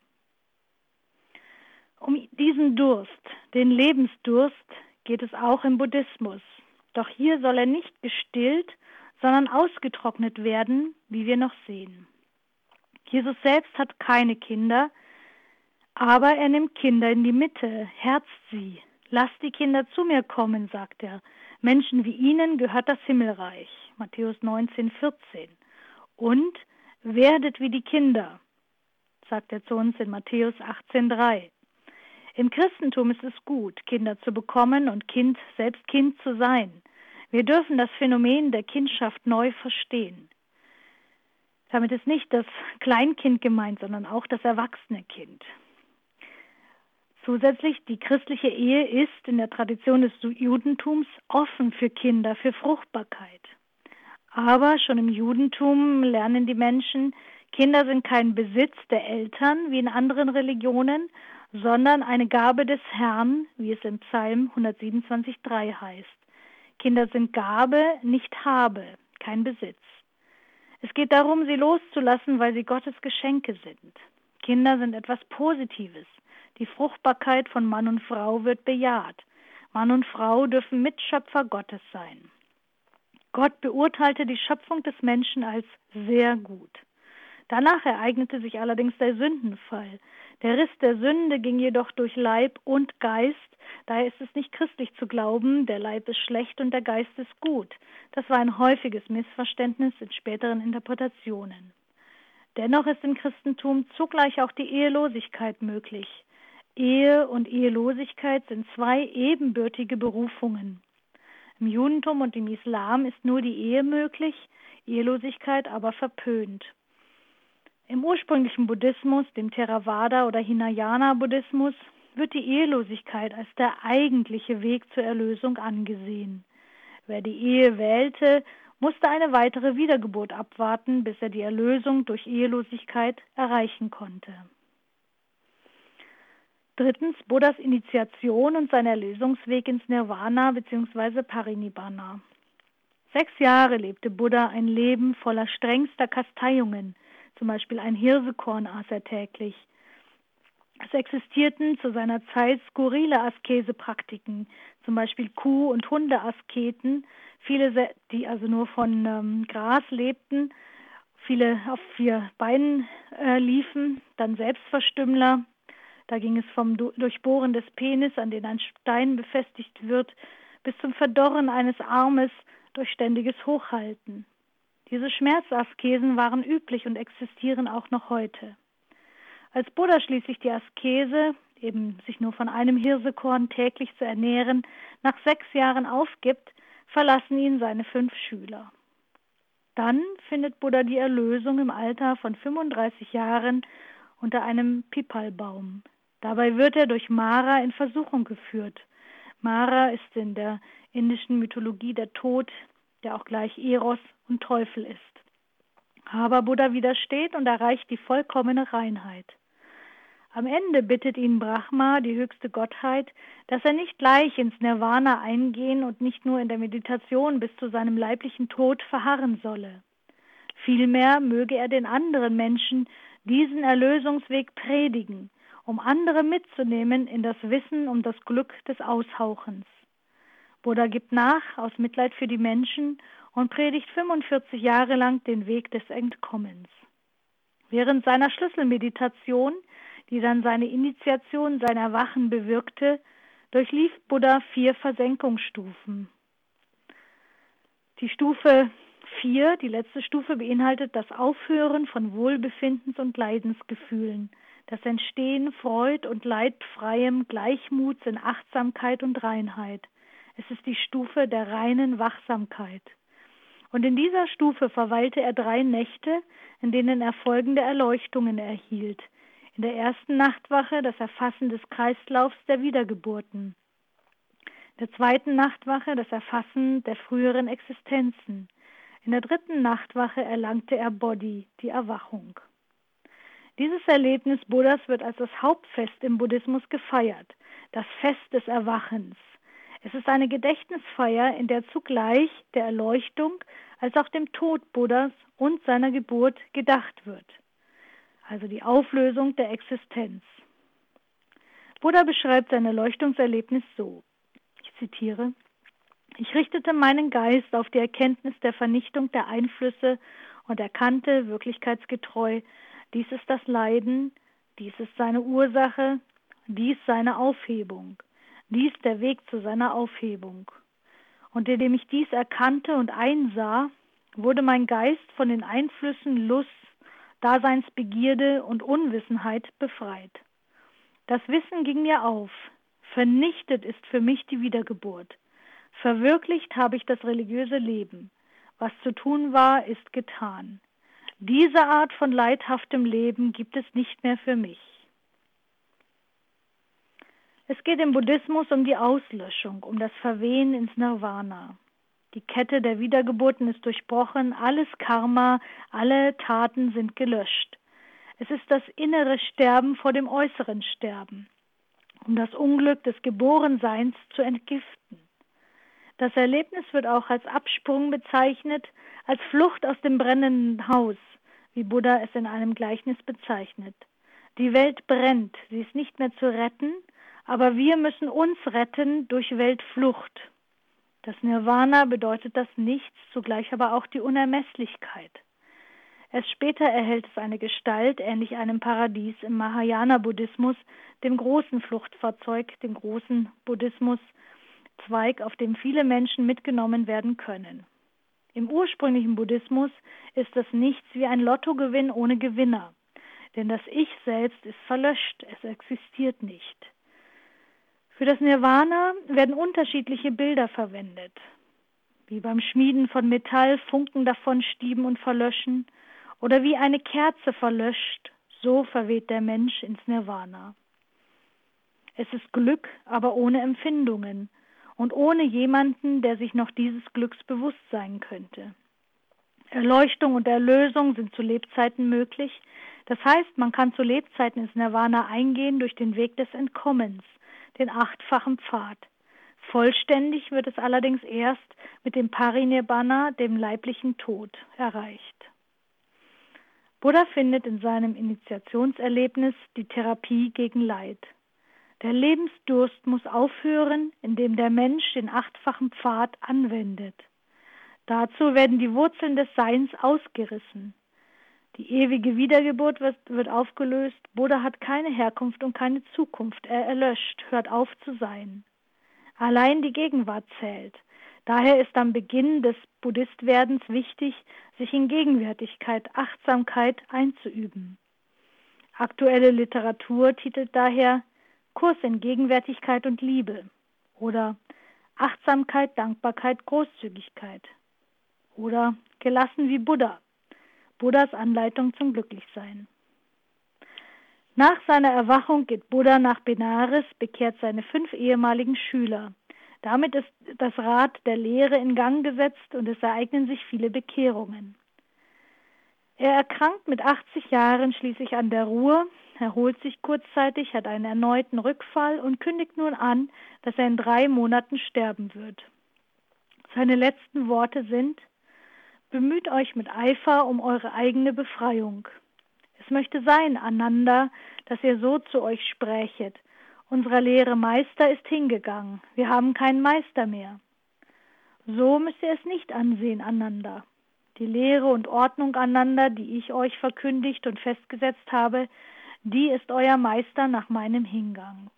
Um diesen Durst, den Lebensdurst, geht es auch im Buddhismus. Doch hier soll er nicht gestillt, sondern ausgetrocknet werden, wie wir noch sehen. Jesus selbst hat keine Kinder, aber er nimmt Kinder in die Mitte, herzt sie. Lasst die Kinder zu mir kommen, sagt er. Menschen wie ihnen gehört das Himmelreich. Matthäus neunzehn, vierzehn. Und werdet wie die Kinder, sagt er zu uns in Matthäus achtzehn, drei. Im Christentum ist es gut, Kinder zu bekommen und Kind, selbst Kind zu sein. Wir dürfen das Phänomen der Kindschaft neu verstehen. Damit ist nicht das Kleinkind gemeint, sondern auch das erwachsene Kind. Zusätzlich, die christliche Ehe ist in der Tradition des Judentums offen für Kinder, für Fruchtbarkeit. Aber schon im Judentum lernen die Menschen, Kinder sind kein Besitz der Eltern, wie in anderen Religionen, sondern eine Gabe des Herrn, wie es im Psalm hundertsiebenundzwanzig, drei heißt. Kinder sind Gabe, nicht Habe, kein Besitz. Es geht darum, sie loszulassen, weil sie Gottes Geschenke sind. Kinder sind etwas Positives. Die Fruchtbarkeit von Mann und Frau wird bejaht. Mann und Frau dürfen Mitschöpfer Gottes sein. Gott beurteilte die Schöpfung des Menschen als sehr gut. Danach ereignete sich allerdings der Sündenfall. Der Riss der Sünde ging jedoch durch Leib und Geist. Daher ist es nicht christlich zu glauben, der Leib ist schlecht und der Geist ist gut. Das war ein häufiges Missverständnis in späteren Interpretationen. Dennoch ist im Christentum zugleich auch die Ehelosigkeit möglich. Ehe und Ehelosigkeit sind zwei ebenbürtige Berufungen. Im Judentum und im Islam ist nur die Ehe möglich, Ehelosigkeit aber verpönt. Im ursprünglichen Buddhismus, dem Theravada- oder Hinayana-Buddhismus, wird die Ehelosigkeit als der eigentliche Weg zur Erlösung angesehen. Wer die Ehe wählte musste eine weitere Wiedergeburt abwarten, bis er die Erlösung durch Ehelosigkeit erreichen konnte. Drittens, Buddhas Initiation und sein Erlösungsweg ins Nirvana bzw. Parinibbana. Sechs Jahre lebte Buddha ein Leben voller strengster Kasteiungen, zum Beispiel ein Hirsekorn aß er täglich. Es existierten zu seiner Zeit skurrile Askesepraktiken, zum Beispiel Kuh- und Hundeasketen, viele, die also nur von ähm, Gras lebten, viele auf vier Beinen äh, liefen, dann Selbstverstümmler. Da ging es vom Durchbohren des Penis, an den ein Stein befestigt wird, bis zum Verdorren eines Armes durch ständiges Hochhalten. Diese Schmerzaskesen waren üblich und existieren auch noch heute. Als Buddha schließlich die Askese, eben sich nur von einem Hirsekorn täglich zu ernähren, nach sechs Jahren aufgibt, verlassen ihn seine fünf Schüler. Dann findet Buddha die Erlösung im Alter von fünfunddreißig Jahren unter einem Pipalbaum. Dabei wird er durch Mara in Versuchung geführt. Mara ist in der indischen Mythologie der Tod, der auch gleich Eros und Teufel ist. Aber Buddha widersteht und erreicht die vollkommene Reinheit. Am Ende bittet ihn Brahma, die höchste Gottheit, dass er nicht gleich ins Nirvana eingehen und nicht nur in der Meditation bis zu seinem leiblichen Tod verharren solle. Vielmehr möge er den anderen Menschen diesen Erlösungsweg predigen, um andere mitzunehmen in das Wissen um das Glück des Aushauchens. Buddha gibt nach aus Mitleid für die Menschen und predigt fünfundvierzig Jahre lang den Weg des Entkommens. Während seiner Schlüsselmeditation, die dann seine Initiation, sein Erwachen bewirkte, durchlief Buddha vier Versenkungsstufen. Die Stufe vier, die letzte Stufe, beinhaltet das Aufhören von Wohlbefindens- und Leidensgefühlen, das Entstehen Freud- und leidfreiem Gleichmuts in Achtsamkeit und Reinheit. Es ist die Stufe der reinen Wachsamkeit. Und in dieser Stufe verweilte er drei Nächte, in denen er folgende Erleuchtungen erhielt. In der ersten Nachtwache das Erfassen des Kreislaufs der Wiedergeburten. In der zweiten Nachtwache das Erfassen der früheren Existenzen. In der dritten Nachtwache erlangte er Bodhi, die Erwachung. Dieses Erlebnis Buddhas wird als das Hauptfest im Buddhismus gefeiert, das Fest des Erwachens. Es ist eine Gedächtnisfeier, in der zugleich der Erleuchtung als auch dem Tod Buddhas und seiner Geburt gedacht wird. Also die Auflösung der Existenz. Buddha beschreibt sein Erleuchtungserlebnis so, ich zitiere, ich richtete meinen Geist auf die Erkenntnis der Vernichtung der Einflüsse und erkannte wirklichkeitsgetreu, dies ist das Leiden, dies ist seine Ursache, dies seine Aufhebung, dies der Weg zu seiner Aufhebung. Und indem ich dies erkannte und einsah, wurde mein Geist von den Einflüssen Lust, Daseinsbegierde und Unwissenheit befreit. Das Wissen ging mir auf, vernichtet ist für mich die Wiedergeburt. Verwirklicht habe ich das religiöse Leben. Was zu tun war, ist getan. Diese Art von leidhaftem Leben gibt es nicht mehr für mich. Es geht im Buddhismus um die Auslöschung, um das Verwehen ins Nirvana. Die Kette der Wiedergeburten ist durchbrochen, alles Karma, alle Taten sind gelöscht. Es ist das innere Sterben vor dem äußeren Sterben, um das Unglück des Geborenseins zu entgiften. Das Erlebnis wird auch als Absprung bezeichnet, als Flucht aus dem brennenden Haus, wie Buddha es in einem Gleichnis bezeichnet. Die Welt brennt, sie ist nicht mehr zu retten, aber wir müssen uns retten durch Weltflucht. Das Nirvana bedeutet das Nichts, zugleich aber auch die Unermesslichkeit. Erst später erhält es eine Gestalt, ähnlich einem Paradies im Mahayana-Buddhismus, dem großen Fluchtfahrzeug, dem großen Buddhismus-Zweig, auf dem viele Menschen mitgenommen werden können. Im ursprünglichen Buddhismus ist das Nichts wie ein Lottogewinn ohne Gewinner, denn das Ich selbst ist verlöscht, es existiert nicht. Für das Nirvana werden unterschiedliche Bilder verwendet, wie beim Schmieden von Metall Funken davon stieben und verlöschen, oder wie eine Kerze verlöscht, so verweht der Mensch ins Nirvana. Es ist Glück, aber ohne Empfindungen und ohne jemanden, der sich noch dieses Glücks bewusst sein könnte. Erleuchtung und Erlösung sind zu Lebzeiten möglich. Das heißt, man kann zu Lebzeiten ins Nirvana eingehen durch den Weg des Entkommens, den achtfachen Pfad. Vollständig wird es allerdings erst mit dem Parinibbana, dem leiblichen Tod, erreicht. Buddha findet in seinem Initiationserlebnis die Therapie gegen Leid. Der Lebensdurst muss aufhören, indem der Mensch den achtfachen Pfad anwendet. Dazu werden die Wurzeln des Seins ausgerissen. Die ewige Wiedergeburt wird, wird aufgelöst. Buddha hat keine Herkunft und keine Zukunft. Er erlöscht, hört auf zu sein. Allein die Gegenwart zählt. Daher ist am Beginn des Buddhistwerdens wichtig, sich in Gegenwärtigkeit, Achtsamkeit einzuüben. Aktuelle Literatur titelt daher Kurs in Gegenwärtigkeit und Liebe oder Achtsamkeit, Dankbarkeit, Großzügigkeit oder Gelassen wie Buddha, Buddhas Anleitung zum Glücklichsein. Nach seiner Erwachung geht Buddha nach Benares, bekehrt seine fünf ehemaligen Schüler. Damit ist das Rad der Lehre in Gang gesetzt und es ereignen sich viele Bekehrungen. Er erkrankt mit achtzig Jahren schließlich an der Ruhr, erholt sich kurzzeitig, hat einen erneuten Rückfall und kündigt nun an, dass er in drei Monaten sterben wird. Seine letzten Worte sind: Bemüht euch mit Eifer um eure eigene Befreiung. Es möchte sein, Ananda, dass ihr so zu euch sprächet. Unser Lehre Meister ist hingegangen. Wir haben keinen Meister mehr. So müsst ihr es nicht ansehen, Ananda. Die Lehre und Ordnung, Ananda, die ich euch verkündigt und festgesetzt habe, die ist euer Meister nach meinem Hingang.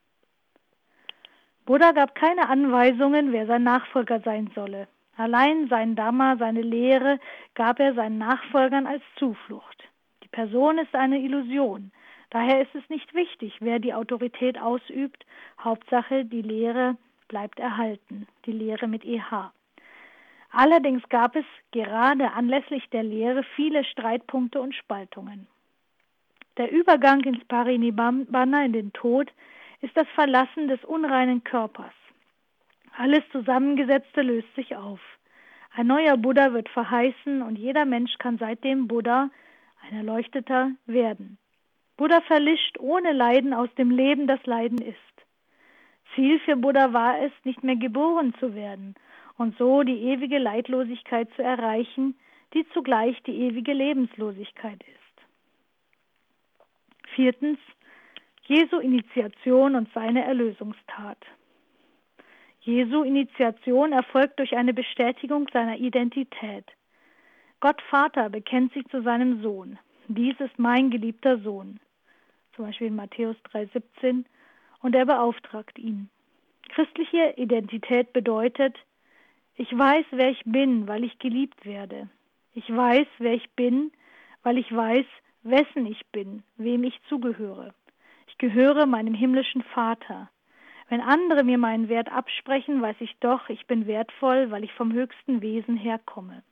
Buddha gab keine Anweisungen, wer sein Nachfolger sein solle. Allein sein Dhamma, seine Lehre, gab er seinen Nachfolgern als Zuflucht. Die Person ist eine Illusion. Daher ist es nicht wichtig, wer die Autorität ausübt. Hauptsache, die Lehre bleibt erhalten. Die Lehre mit E H. Allerdings gab es gerade anlässlich der Lehre viele Streitpunkte und Spaltungen. Der Übergang ins Parinibbana, in den Tod, ist das Verlassen des unreinen Körpers. Alles Zusammengesetzte löst sich auf. Ein neuer Buddha wird verheißen und jeder Mensch kann seitdem Buddha, ein Erleuchteter, werden. Buddha verlischt ohne Leiden aus dem Leben, das Leiden ist. Ziel für Buddha war es, nicht mehr geboren zu werden und so die ewige Leidlosigkeit zu erreichen, die zugleich die ewige Lebenslosigkeit ist. Viertens, Jesu Initiation und seine Erlösungstat. Jesu Initiation erfolgt durch eine Bestätigung seiner Identität. Gott Vater bekennt sich zu seinem Sohn. Dies ist mein geliebter Sohn. Zum Beispiel in Matthäus drei siebzehn. Und er beauftragt ihn. Christliche Identität bedeutet, ich weiß, wer ich bin, weil ich geliebt werde. Ich weiß, wer ich bin, weil ich weiß, wessen ich bin, wem ich zugehöre. Ich gehöre meinem himmlischen Vater. Wenn andere mir meinen Wert absprechen, weiß ich doch, ich bin wertvoll, weil ich vom höchsten Wesen herkomme.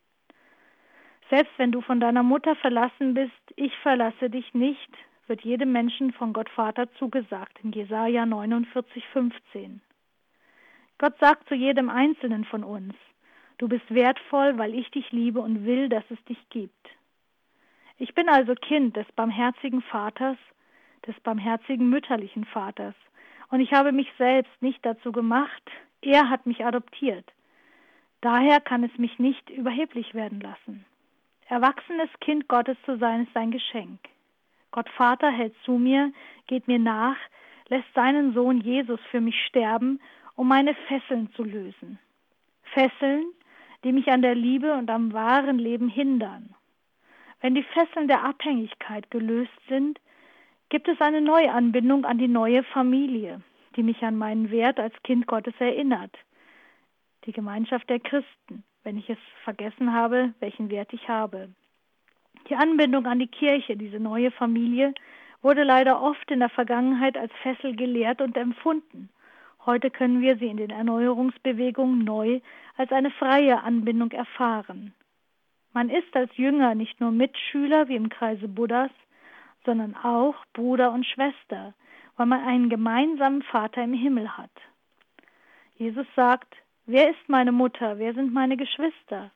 Selbst wenn du von deiner Mutter verlassen bist, ich verlasse dich nicht, wird jedem Menschen von Gott Vater zugesagt, in Jesaja neunundvierzig fünfzehn. Gott sagt zu jedem Einzelnen von uns, du bist wertvoll, weil ich dich liebe und will, dass es dich gibt. Ich bin also Kind des barmherzigen Vaters, des barmherzigen mütterlichen Vaters. Und ich habe mich selbst nicht dazu gemacht, er hat mich adoptiert. Daher kann es mich nicht überheblich werden lassen. Erwachsenes Kind Gottes zu sein, ist ein Geschenk. Gott Vater hält zu mir, geht mir nach, lässt seinen Sohn Jesus für mich sterben, um meine Fesseln zu lösen. Fesseln, die mich an der Liebe und am wahren Leben hindern. Wenn die Fesseln der Abhängigkeit gelöst sind, gibt es eine Neuanbindung an die neue Familie, die mich an meinen Wert als Kind Gottes erinnert. Die Gemeinschaft der Christen, wenn ich es vergessen habe, welchen Wert ich habe. Die Anbindung an die Kirche, diese neue Familie, wurde leider oft in der Vergangenheit als Fessel gelehrt und empfunden. Heute können wir sie in den Erneuerungsbewegungen neu als eine freie Anbindung erfahren. Man ist als Jünger nicht nur Mitschüler wie im Kreise Buddhas, sondern auch Bruder und Schwester, weil man einen gemeinsamen Vater im Himmel hat. Jesus sagt, wer ist meine Mutter, wer sind meine Geschwister?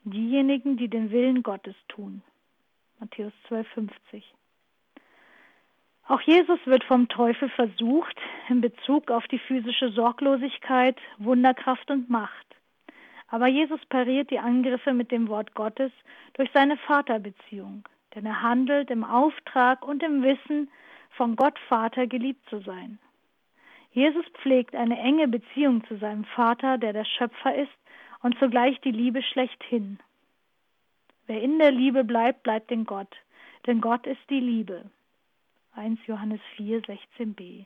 diejenigen, die den Willen Gottes tun. Matthäus zwölf, fünfzig. Auch Jesus wird vom Teufel versucht in Bezug auf die physische Sorglosigkeit, Wunderkraft und Macht. Aber Jesus pariert die Angriffe mit dem Wort Gottes durch seine Vaterbeziehung, denn er handelt im Auftrag und im Wissen, von Gott Vater geliebt zu sein. Jesus pflegt eine enge Beziehung zu seinem Vater, der der Schöpfer ist und zugleich die Liebe schlechthin. Wer in der Liebe bleibt, bleibt in Gott, denn Gott ist die Liebe. erster Johannes vier, sechzehn b.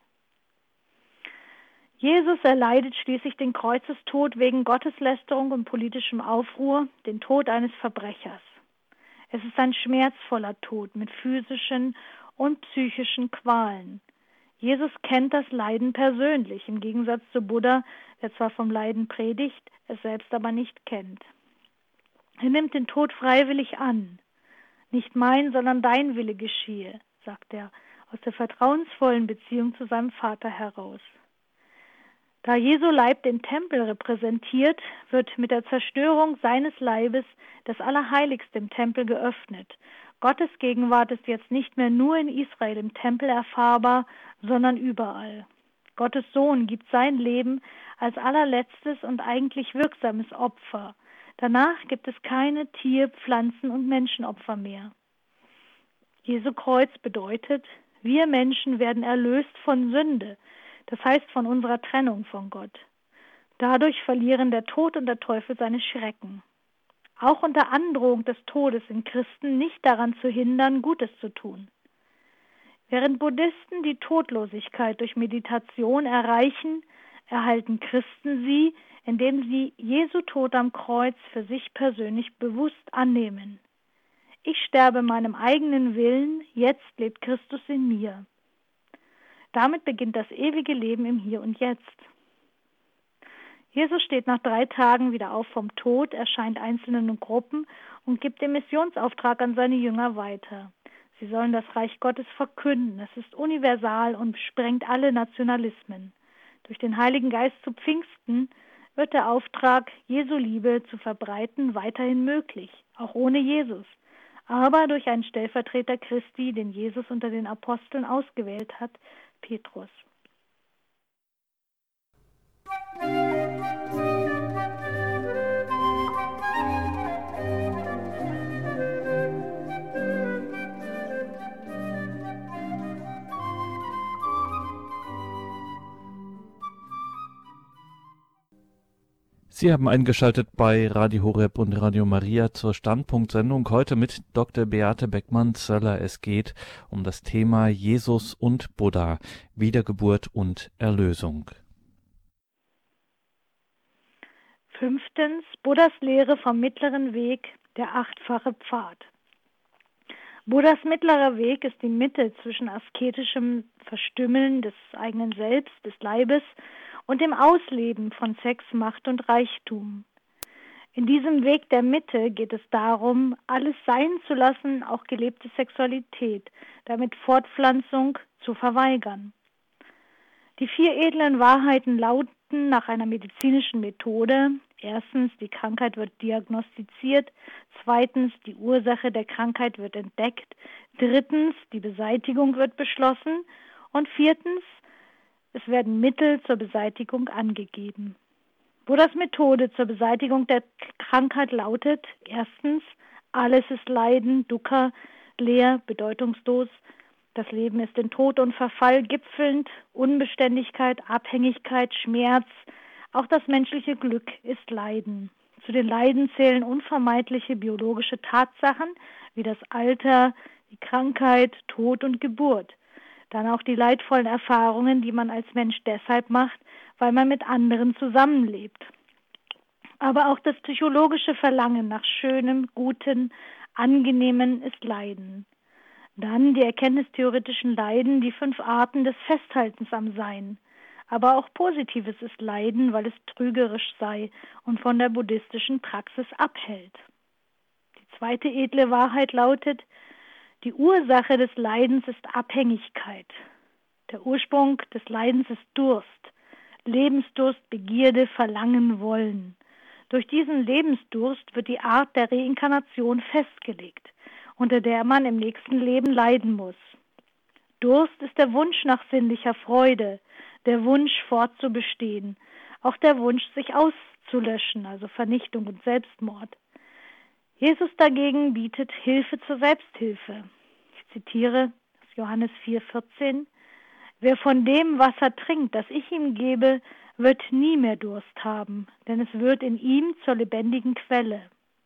Jesus erleidet schließlich den Kreuzestod wegen Gotteslästerung und politischem Aufruhr, den Tod eines Verbrechers. Es ist ein schmerzvoller Tod mit physischen und psychischen Qualen. Jesus kennt das Leiden persönlich, im Gegensatz zu Buddha, der zwar vom Leiden predigt, es selbst aber nicht kennt. Er nimmt den Tod freiwillig an. Nicht mein, sondern dein Wille geschehe, sagt er, aus der vertrauensvollen Beziehung zu seinem Vater heraus. Da Jesu Leib den Tempel repräsentiert, wird mit der Zerstörung seines Leibes das Allerheiligste im Tempel geöffnet. Gottes Gegenwart ist jetzt nicht mehr nur in Israel im Tempel erfahrbar, sondern überall. Gottes Sohn gibt sein Leben als allerletztes und eigentlich wirksames Opfer. Danach gibt es keine Tier-, Pflanzen- und Menschenopfer mehr. Jesu Kreuz bedeutet, wir Menschen werden erlöst von Sünde, das heißt von unserer Trennung von Gott. Dadurch verlieren der Tod und der Teufel seine Schrecken. Auch unter Androhung des Todes sind Christen nicht daran zu hindern, Gutes zu tun. Während Buddhisten die Todlosigkeit durch Meditation erreichen, erhalten Christen sie, indem sie Jesu Tod am Kreuz für sich persönlich bewusst annehmen. Ich sterbe meinem eigenen Willen, jetzt lebt Christus in mir. Damit beginnt das ewige Leben im Hier und Jetzt. Jesus steht nach drei Tagen wieder auf vom Tod, erscheint einzelnen Gruppen und gibt den Missionsauftrag an seine Jünger weiter. Sie sollen das Reich Gottes verkünden. Es ist universal und sprengt alle Nationalismen. Durch den Heiligen Geist zu Pfingsten wird der Auftrag, Jesu Liebe zu verbreiten, weiterhin möglich, auch ohne Jesus, aber durch einen Stellvertreter Christi, den Jesus unter den Aposteln ausgewählt hat, Petrus. Sie haben eingeschaltet bei Radio Horeb und Radio Maria zur Standpunktsendung. Heute mit Doktor Beate Beckmann-Zöller. Es geht um das Thema Jesus und Buddha, Wiedergeburt und Erlösung. Fünftens, Buddhas Lehre vom mittleren Weg, der achtfache Pfad. Buddhas mittlerer Weg ist die Mitte zwischen asketischem Verstümmeln des eigenen Selbst, des Leibes und dem Ausleben von Sex, Macht und Reichtum. In diesem Weg der Mitte geht es darum, alles sein zu lassen, auch gelebte Sexualität, damit Fortpflanzung zu verweigern. Die vier edlen Wahrheiten lauten nach einer medizinischen Methode: Erstens, die Krankheit wird diagnostiziert. Zweitens, die Ursache der Krankheit wird entdeckt. Drittens, die Beseitigung wird beschlossen. Und viertens, es werden Mittel zur Beseitigung angegeben. Buddhas Methode zur Beseitigung der Krankheit lautet: Erstens, alles ist Leiden, Dukkha, leer, bedeutungslos. Das Leben ist in Tod und Verfall gipfelnd, Unbeständigkeit, Abhängigkeit, Schmerz. Auch das menschliche Glück ist Leiden. Zu den Leiden zählen unvermeidliche biologische Tatsachen wie das Alter, die Krankheit, Tod und Geburt. Dann auch die leidvollen Erfahrungen, die man als Mensch deshalb macht, weil man mit anderen zusammenlebt. Aber auch das psychologische Verlangen nach Schönem, Guten, Angenehmen ist Leiden. Dann die erkenntnistheoretischen Leiden, die fünf Arten des Festhaltens am Sein. Aber auch Positives ist Leiden, weil es trügerisch sei und von der buddhistischen Praxis abhält. Die zweite edle Wahrheit lautet: Die Ursache des Leidens ist Abhängigkeit. Der Ursprung des Leidens ist Durst, Lebensdurst, Begierde, Verlangen, Wollen. Durch diesen Lebensdurst wird die Art der Reinkarnation festgelegt, unter der man im nächsten Leben leiden muss. Durst ist der Wunsch nach sinnlicher Freude, der Wunsch fortzubestehen, auch der Wunsch, sich auszulöschen, also Vernichtung und Selbstmord. Jesus dagegen bietet Hilfe zur Selbsthilfe. Ich zitiere aus Johannes vier vierzehn: Wer von dem Wasser trinkt, das ich ihm gebe, wird nie mehr Durst haben, denn es wird in ihm zur lebendigen Quelle.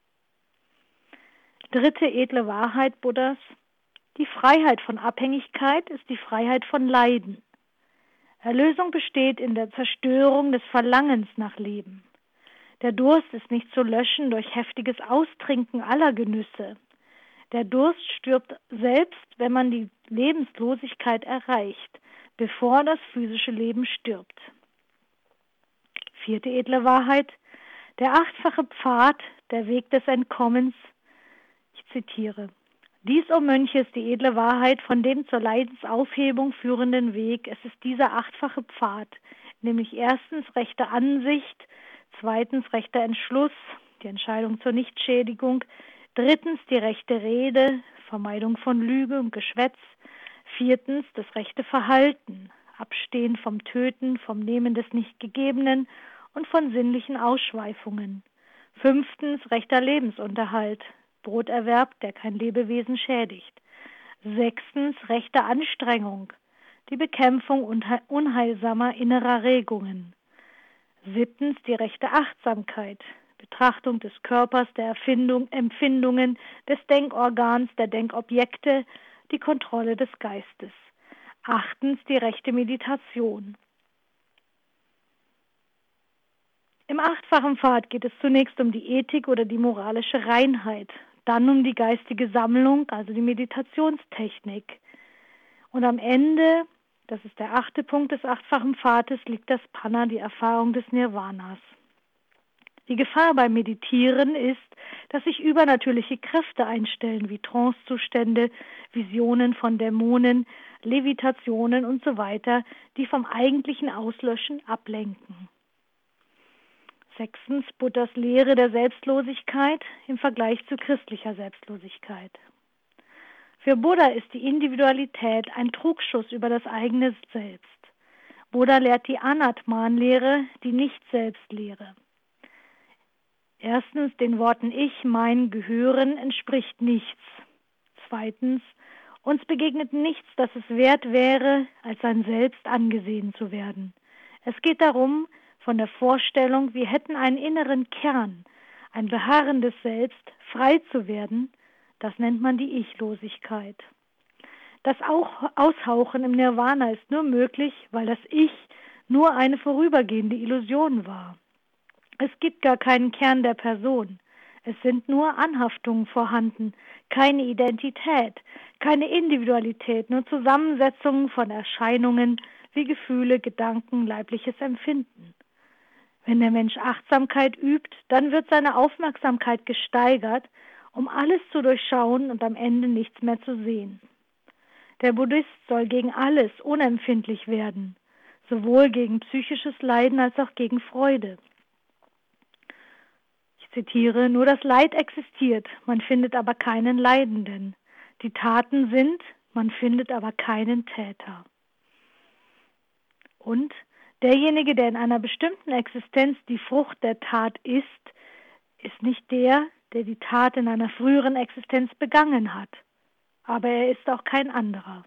Dritte edle Wahrheit Buddhas: Die Freiheit von Abhängigkeit ist die Freiheit von Leiden. Erlösung besteht in der Zerstörung des Verlangens nach Leben. Der Durst ist nicht zu löschen durch heftiges Austrinken aller Genüsse. Der Durst stirbt selbst, wenn man die Lebenslosigkeit erreicht, bevor das physische Leben stirbt. Vierte edle Wahrheit: Der achtfache Pfad, der Weg des Entkommens. Ich zitiere: Dies, o Mönche, ist die edle Wahrheit von dem zur Leidensaufhebung führenden Weg. Es ist dieser achtfache Pfad, nämlich erstens rechte Ansicht, zweitens rechter Entschluss, die Entscheidung zur Nichtschädigung, drittens die rechte Rede, Vermeidung von Lüge und Geschwätz, viertens das rechte Verhalten, Abstehen vom Töten, vom Nehmen des Nichtgegebenen und von sinnlichen Ausschweifungen, fünftens rechter Lebensunterhalt, Broterwerb, der kein Lebewesen schädigt. Sechstens rechte Anstrengung, die Bekämpfung unheilsamer innerer Regungen. Siebtens die rechte Achtsamkeit, Betrachtung des Körpers, der Erfindung, Empfindungen, des Denkorgans, der Denkobjekte, die Kontrolle des Geistes. Achtens die rechte Meditation. Im achtfachen Pfad geht es zunächst um die Ethik oder die moralische Reinheit, dann um die geistige Sammlung, also die Meditationstechnik. Und am Ende, das ist der achte Punkt des achtfachen Pfades, liegt das Panna, die Erfahrung des Nirvanas. Die Gefahr beim Meditieren ist, dass sich übernatürliche Kräfte einstellen, wie Trancezustände, Visionen von Dämonen, Levitationen und so weiter, die vom eigentlichen Auslöschen ablenken. Sechstens, Buddhas Lehre der Selbstlosigkeit im Vergleich zu christlicher Selbstlosigkeit. Für Buddha ist die Individualität ein Trugschuss über das eigene Selbst. Buddha lehrt die Anatman-Lehre, die Nicht-Selbst-Lehre. Erstens, den Worten Ich, Mein, Gehören entspricht nichts. Zweitens, uns begegnet nichts, das es wert wäre, als ein Selbst angesehen zu werden. Es geht darum, von der Vorstellung, wir hätten einen inneren Kern, ein beharrendes Selbst, frei zu werden, das nennt man die Ichlosigkeit. Das auch Aushauchen im Nirvana ist nur möglich, weil das Ich nur eine vorübergehende Illusion war. Es gibt gar keinen Kern der Person. Es sind nur Anhaftungen vorhanden, keine Identität, keine Individualität, nur Zusammensetzungen von Erscheinungen wie Gefühle, Gedanken, leibliches Empfinden. Wenn der Mensch Achtsamkeit übt, dann wird seine Aufmerksamkeit gesteigert, um alles zu durchschauen und am Ende nichts mehr zu sehen. Der Buddhist soll gegen alles unempfindlich werden, sowohl gegen psychisches Leiden als auch gegen Freude. Ich zitiere: Nur das Leid existiert, man findet aber keinen Leidenden. Die Taten sind, man findet aber keinen Täter. Und derjenige, der in einer bestimmten Existenz die Frucht der Tat ist, ist nicht der, der die Tat in einer früheren Existenz begangen hat. Aber er ist auch kein anderer.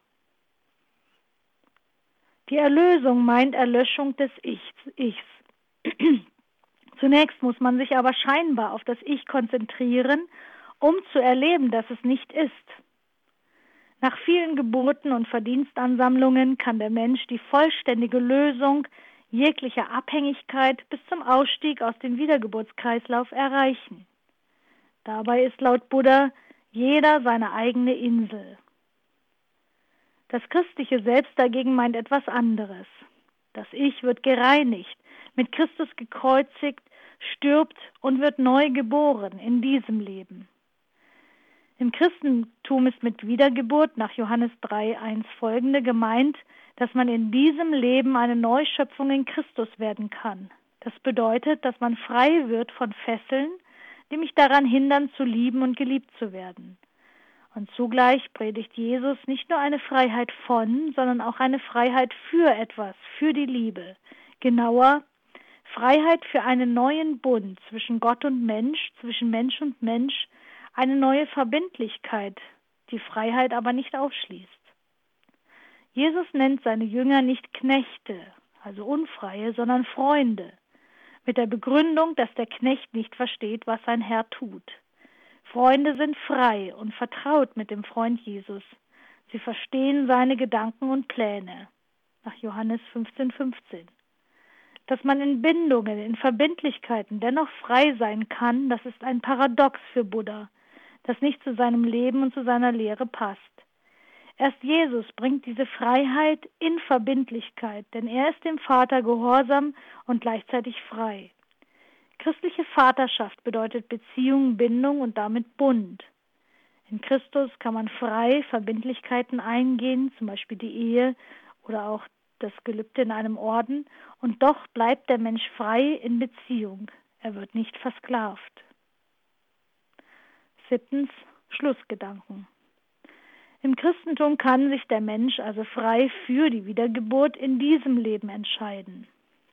Die Erlösung meint Erlöschung des Ichs. Ichs. Zunächst muss man sich aber scheinbar auf das Ich konzentrieren, um zu erleben, dass es nicht ist. Nach vielen Geburten und Verdienstansammlungen kann der Mensch die vollständige Lösung jeglicher Abhängigkeit bis zum Ausstieg aus dem Wiedergeburtskreislauf erreichen. Dabei ist laut Buddha jeder seine eigene Insel. Das christliche Selbst dagegen meint etwas anderes. Das Ich wird gereinigt, mit Christus gekreuzigt, stirbt und wird neu geboren in diesem Leben. Im Christentum ist mit Wiedergeburt nach Johannes drei eins folgende gemeint, dass man in diesem Leben eine Neuschöpfung in Christus werden kann. Das bedeutet, dass man frei wird von Fesseln, die mich daran hindern, zu lieben und geliebt zu werden. Und zugleich predigt Jesus nicht nur eine Freiheit von, sondern auch eine Freiheit für etwas, für die Liebe. Genauer, Freiheit für einen neuen Bund zwischen Gott und Mensch, zwischen Mensch und Mensch, eine neue Verbindlichkeit, die Freiheit aber nicht ausschließt. Jesus nennt seine Jünger nicht Knechte, also Unfreie, sondern Freunde, mit der Begründung, dass der Knecht nicht versteht, was sein Herr tut. Freunde sind frei und vertraut mit dem Freund Jesus. Sie verstehen seine Gedanken und Pläne, nach Johannes fünfzehn fünfzehn. Dass man in Bindungen, in Verbindlichkeiten dennoch frei sein kann, das ist ein Paradox für Buddha, das nicht zu seinem Leben und zu seiner Lehre passt. Erst Jesus bringt diese Freiheit in Verbindlichkeit, denn er ist dem Vater gehorsam und gleichzeitig frei. Christliche Vaterschaft bedeutet Beziehung, Bindung und damit Bund. In Christus kann man frei Verbindlichkeiten eingehen, zum Beispiel die Ehe oder auch das Gelübde in einem Orden, und doch bleibt der Mensch frei in Beziehung. Er wird nicht versklavt. Siebtens, Schlussgedanken. Im Christentum kann sich der Mensch also frei für die Wiedergeburt in diesem Leben entscheiden.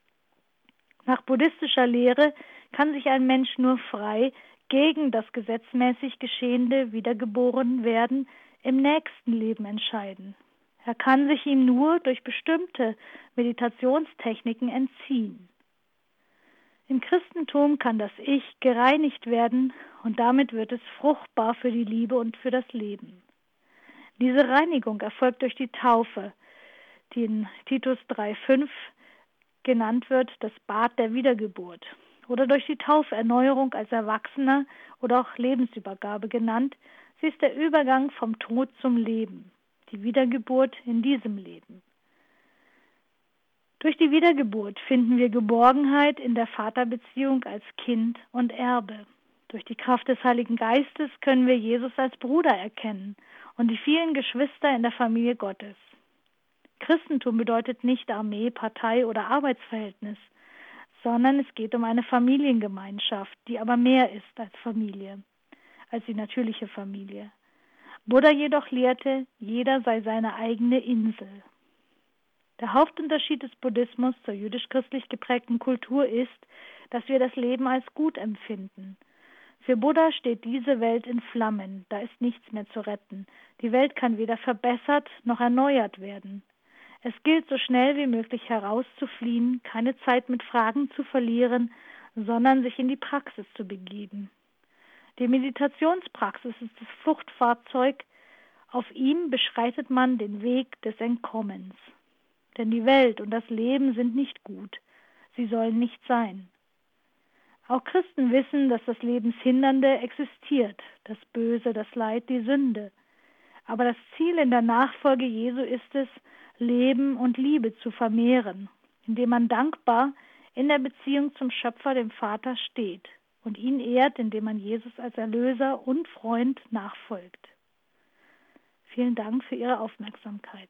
Nach buddhistischer Lehre kann sich ein Mensch nur frei gegen das gesetzmäßig geschehende Wiedergeborenwerden im nächsten Leben entscheiden. Er kann sich ihm nur durch bestimmte Meditationstechniken entziehen. Im Christentum kann das Ich gereinigt werden und damit wird es fruchtbar für die Liebe und für das Leben. Diese Reinigung erfolgt durch die Taufe, die in Titus drei fünf genannt wird, das Bad der Wiedergeburt, oder durch die Tauferneuerung als Erwachsener oder auch Lebensübergabe genannt. Sie ist der Übergang vom Tod zum Leben, die Wiedergeburt in diesem Leben. Durch die Wiedergeburt finden wir Geborgenheit in der Vaterbeziehung als Kind und Erbe. Durch die Kraft des Heiligen Geistes können wir Jesus als Bruder erkennen und die vielen Geschwister in der Familie Gottes. Christentum bedeutet nicht Armee, Partei oder Arbeitsverhältnis, sondern es geht um eine Familiengemeinschaft, die aber mehr ist als Familie, als die natürliche Familie. Buddha jedoch lehrte, jeder sei seine eigene Insel. Der Hauptunterschied des Buddhismus zur jüdisch-christlich geprägten Kultur ist, dass wir das Leben als gut empfinden. Für Buddha steht diese Welt in Flammen, da ist nichts mehr zu retten. Die Welt kann weder verbessert noch erneuert werden. Es gilt, so schnell wie möglich herauszufliehen, keine Zeit mit Fragen zu verlieren, sondern sich in die Praxis zu begeben. Die Meditationspraxis ist das Fluchtfahrzeug. Auf ihm beschreitet man den Weg des Entkommens. Denn die Welt und das Leben sind nicht gut. Sie sollen nicht sein. Auch Christen wissen, dass das Lebenshindernde existiert, das Böse, das Leid, die Sünde. Aber das Ziel in der Nachfolge Jesu ist es, Leben und Liebe zu vermehren, indem man dankbar in der Beziehung zum Schöpfer, dem Vater, steht und ihn ehrt, indem man Jesus als Erlöser und Freund nachfolgt. Vielen Dank für Ihre Aufmerksamkeit.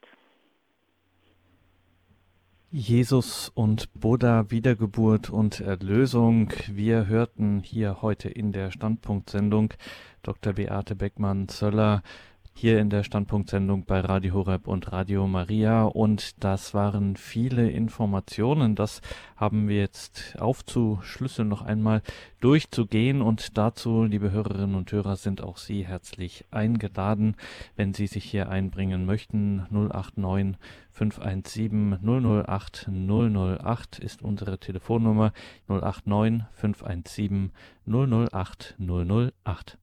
Jesus und Buddha, Wiedergeburt und Erlösung. Wir hörten hier heute in der Standpunktsendung Doktor Beate Beckmann-Zöller, hier in der Standpunktsendung bei Radio Horeb und Radio Maria, und das waren viele Informationen. Das haben wir jetzt aufzuschlüsseln, noch einmal durchzugehen, und dazu, liebe Hörerinnen und Hörer, sind auch Sie herzlich eingeladen, wenn Sie sich hier einbringen möchten. null acht neun fünf eins sieben null null acht null null acht ist unsere Telefonnummer, null acht neun fünf eins sieben null null acht null null acht.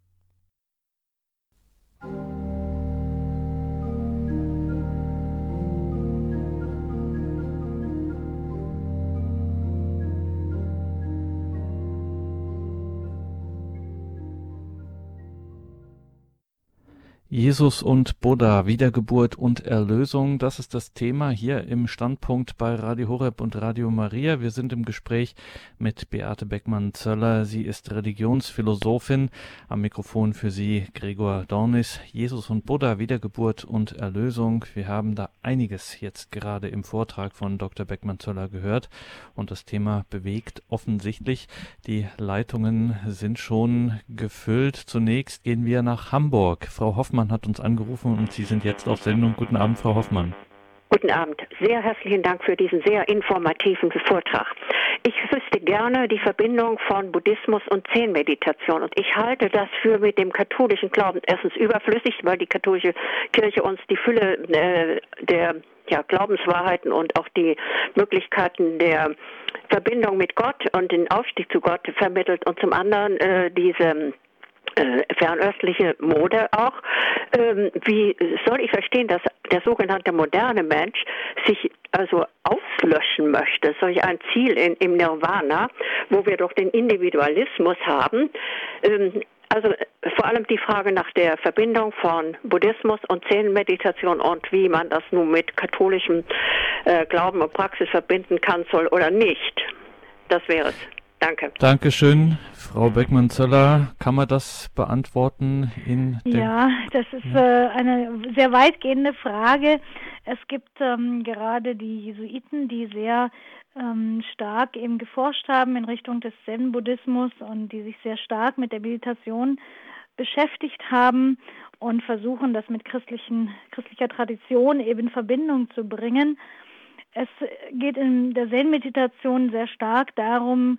Jesus und Buddha, Wiedergeburt und Erlösung, das ist das Thema hier im Standpunkt bei Radio Horeb und Radio Maria. Wir sind im Gespräch mit Beate Beckmann-Zöller. Sie ist Religionsphilosophin. Am Mikrofon für Sie Gregor Dornis. Jesus und Buddha, Wiedergeburt und Erlösung. Wir haben da einiges jetzt gerade im Vortrag von Doktor Beckmann-Zöller gehört und das Thema bewegt offensichtlich. Die Leitungen sind schon gefüllt. Zunächst gehen wir nach Hamburg. Frau Hoffmann hat uns angerufen und Sie sind jetzt auf Sendung. Guten Abend, Frau Hoffmann. Guten Abend. Sehr herzlichen Dank für diesen sehr informativen Vortrag. Ich wüsste gerne die Verbindung von Buddhismus und Zen-Meditation. Und ich halte das für mit dem katholischen Glauben erstens überflüssig, weil die katholische Kirche uns die Fülle äh, der ja, Glaubenswahrheiten und auch die Möglichkeiten der Verbindung mit Gott und den Aufstieg zu Gott vermittelt. Und zum anderen äh, diese Äh, fernöstliche Mode auch. Ähm, wie soll ich verstehen, dass der sogenannte moderne Mensch sich also auslöschen möchte? Solch ein Ziel in, im Nirvana, wo wir doch den Individualismus haben. Ähm, also vor allem die Frage nach der Verbindung von Buddhismus und Zen-Meditation und wie man das nun mit katholischem äh, Glauben und Praxis verbinden kann, soll oder nicht. Das wäre es. Danke. Dankeschön, Frau Beckmann-Zöller. Kann man das beantworten? In ja, das ist ja. äh, eine sehr weitgehende Frage. Es gibt ähm, gerade die Jesuiten, die sehr ähm, stark eben geforscht haben in Richtung des Zen-Buddhismus und die sich sehr stark mit der Meditation beschäftigt haben und versuchen, das mit christlichen, christlicher Tradition eben in Verbindung zu bringen. Es geht in der Zen-Meditation sehr stark darum,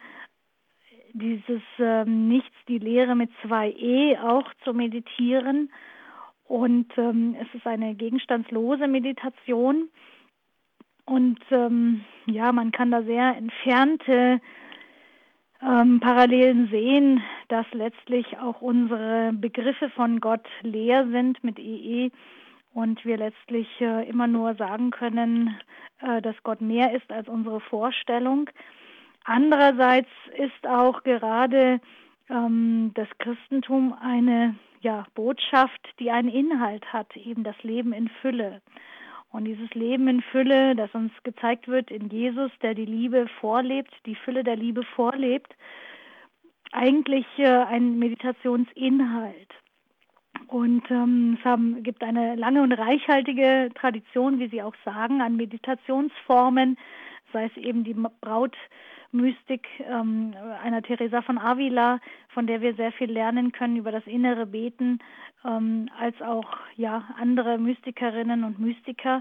dieses ähm, Nichts, die Lehre mit zwei E auch zu meditieren. Und ähm, es ist eine gegenstandslose Meditation. Und ähm, ja, man kann da sehr entfernte ähm, Parallelen sehen, dass letztlich auch unsere Begriffe von Gott leer sind mit E E und wir letztlich äh, immer nur sagen können, äh, dass Gott mehr ist als unsere Vorstellung. Andererseits ist auch gerade ähm, das Christentum eine ja, Botschaft, die einen Inhalt hat, eben das Leben in Fülle. Und dieses Leben in Fülle, das uns gezeigt wird in Jesus, der die Liebe vorlebt, die Fülle der Liebe vorlebt, eigentlich äh, ein Meditationsinhalt. Und ähm, es haben, gibt eine lange und reichhaltige Tradition, wie Sie auch sagen, an Meditationsformen, sei es eben die Brautmystik ähm, einer Teresa von Avila, von der wir sehr viel lernen können über das innere Beten, ähm, als auch ja andere Mystikerinnen und Mystiker.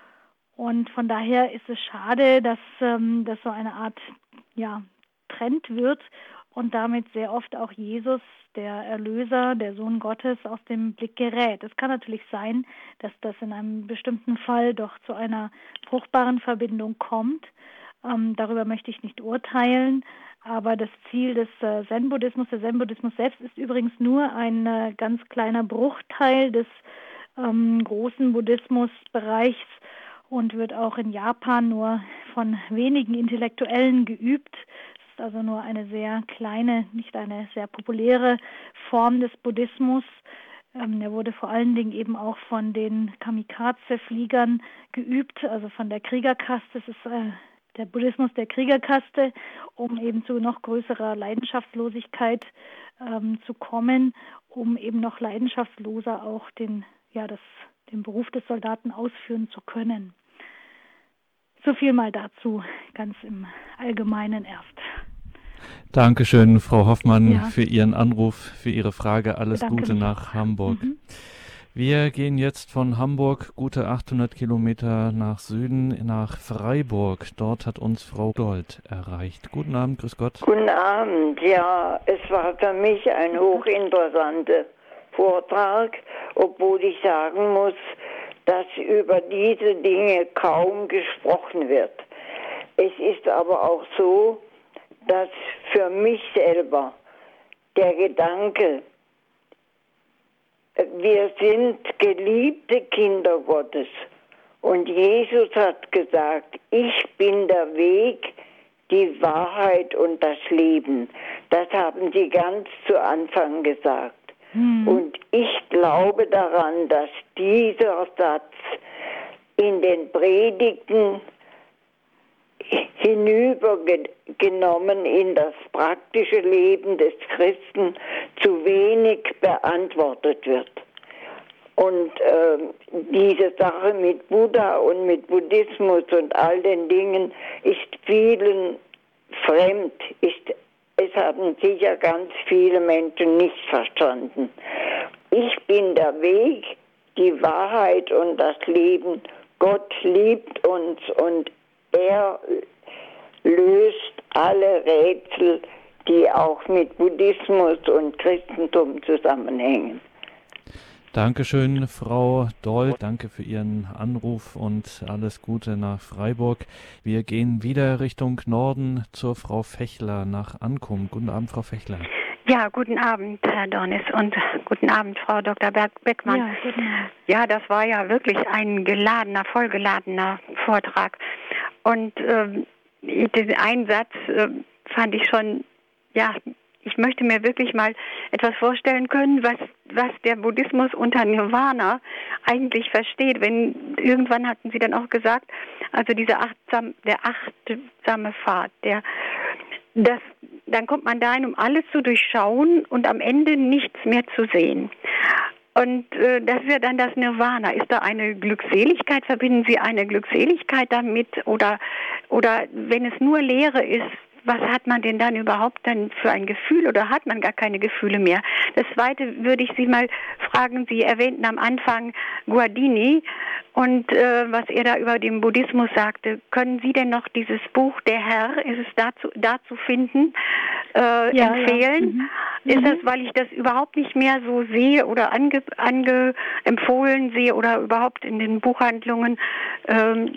Und von daher ist es schade, dass ähm, das so eine Art ja, Trend wird und damit sehr oft auch Jesus, der Erlöser, der Sohn Gottes, aus dem Blick gerät. Es kann natürlich sein, dass das in einem bestimmten Fall doch zu einer fruchtbaren Verbindung kommt. Ähm, darüber möchte ich nicht urteilen, aber das Ziel des äh, Zen-Buddhismus, der Zen-Buddhismus selbst ist übrigens nur ein äh, ganz kleiner Bruchteil des ähm, großen Buddhismusbereichs und wird auch in Japan nur von wenigen Intellektuellen geübt. Also nur eine sehr kleine, nicht eine sehr populäre Form des Buddhismus. Ähm, er wurde vor allen Dingen eben auch von den Kamikaze-Fliegern geübt, also von der Kriegerkaste. Es ist äh, der Buddhismus der Kriegerkaste, um eben zu noch größerer Leidenschaftslosigkeit ähm, zu kommen, um eben noch leidenschaftsloser auch den, ja, das, den Beruf des Soldaten ausführen zu können. So viel mal dazu, ganz im Allgemeinen erst. Dankeschön, Frau Hoffmann, ja. für Ihren Anruf, für Ihre Frage. Alles Bedanke Gute mich. nach Hamburg. Mhm. Wir gehen jetzt von Hamburg gute achthundert Kilometer nach Süden, nach Freiburg. Dort hat uns Frau Gold erreicht. Guten Abend, grüß Gott. Guten Abend, ja, es war für mich ein hochinteressanter Vortrag, obwohl ich sagen muss, dass über diese Dinge kaum gesprochen wird. Es ist aber auch so, dass für mich selber der Gedanke, wir sind geliebte Kinder Gottes und Jesus hat gesagt, ich bin der Weg, die Wahrheit und das Leben. Das haben Sie ganz zu Anfang gesagt. Mhm. Und ich glaube daran, dass dieser Satz in den Predigten hinübergenommen in das praktische Leben des Christen zu wenig beantwortet wird. Und äh, diese Sache mit Buddha und mit Buddhismus und all den Dingen ist vielen fremd. Ist, es haben sicher ganz viele Menschen nicht verstanden. Ich bin der Weg, die Wahrheit und das Leben. Gott liebt uns und er löst alle Rätsel, die auch mit Buddhismus und Christentum zusammenhängen. Dankeschön, Frau Doll. Danke für Ihren Anruf und alles Gute nach Freiburg. Wir gehen wieder Richtung Norden zur Frau Fechler nach Ankum. Guten Abend, Frau Fechler. Ja, guten Abend, Herr Dornis, und guten Abend, Frau Doktor Beckmann. Ja, guten Abend. Ja, das war ja wirklich ein geladener, vollgeladener Vortrag. Und ähm, den einen Satz äh, fand ich schon, ja, ich möchte mir wirklich mal etwas vorstellen können, was, was der Buddhismus unter Nirvana eigentlich versteht. Wenn irgendwann hatten Sie dann auch gesagt, also diese achtsam, der achtsame Pfad, der, das, dann kommt man dahin, um alles zu durchschauen und am Ende nichts mehr zu sehen. Und äh, das ist ja dann das Nirvana. Ist da eine Glückseligkeit? Verbinden Sie eine Glückseligkeit damit? Oder, oder wenn es nur Leere ist, was hat man denn dann überhaupt dann für ein Gefühl oder hat man gar keine Gefühle mehr? Das Zweite würde ich Sie mal fragen, Sie erwähnten am Anfang Guardini und äh, was er da über den Buddhismus sagte. Können Sie denn noch dieses Buch Der Herr, ist es dazu, da zu finden, äh, ja, empfehlen? Ja. Mhm. Ist das, weil ich das überhaupt nicht mehr so sehe oder ange, ange empfohlen sehe oder überhaupt in den Buchhandlungen? Ähm,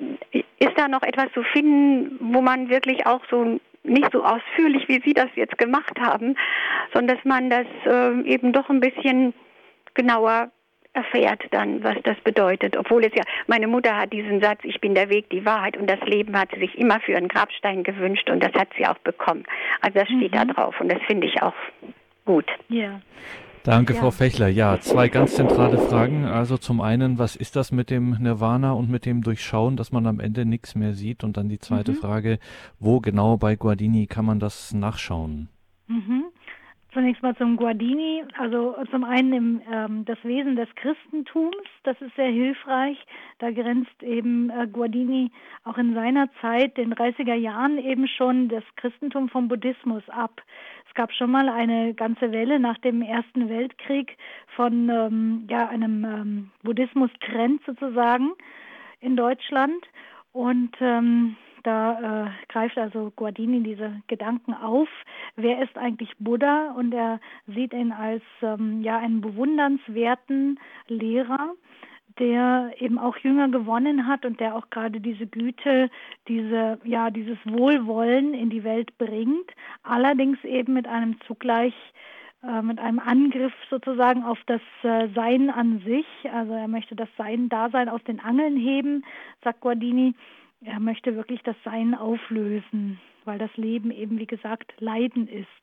ist da noch etwas zu finden, wo man wirklich auch so nicht so ausführlich, wie Sie das jetzt gemacht haben, sondern dass man das äh, eben doch ein bisschen genauer erfährt dann, was das bedeutet. Obwohl es ja, meine Mutter hat diesen Satz, ich bin der Weg, die Wahrheit und das Leben hat sie sich immer für einen Grabstein gewünscht und das hat sie auch bekommen. Also das steht mhm. da drauf und das finde ich auch gut. Ja. Danke, ja. Frau Fechler. Ja, zwei ganz zentrale Fragen. Also zum einen, was ist das mit dem Nirvana und mit dem Durchschauen, dass man am Ende nichts mehr sieht? Und dann die zweite mhm. Frage, wo genau bei Guardini kann man das nachschauen? Mhm. Zunächst mal zum Guardini, also zum einen im, ähm, das Wesen des Christentums, das ist sehr hilfreich. Da grenzt eben äh, Guardini auch in seiner Zeit, den dreißiger Jahren, eben schon das Christentum vom Buddhismus ab. Es gab schon mal eine ganze Welle nach dem Ersten Weltkrieg von ähm, ja, einem ähm, Buddhismus-Trend sozusagen in Deutschland und ähm, Da äh, greift also Guardini diese Gedanken auf. Wer ist eigentlich Buddha? Und er sieht ihn als ähm, ja einen bewundernswerten Lehrer, der eben auch Jünger gewonnen hat und der auch gerade diese Güte, diese ja dieses Wohlwollen in die Welt bringt. Allerdings eben mit einem zugleich äh, mit einem Angriff sozusagen auf das äh, Sein an sich. Also er möchte das Sein-Dasein aus den Angeln heben, sagt Guardini. Er möchte wirklich das Sein auflösen, weil das Leben eben, wie gesagt, Leiden ist.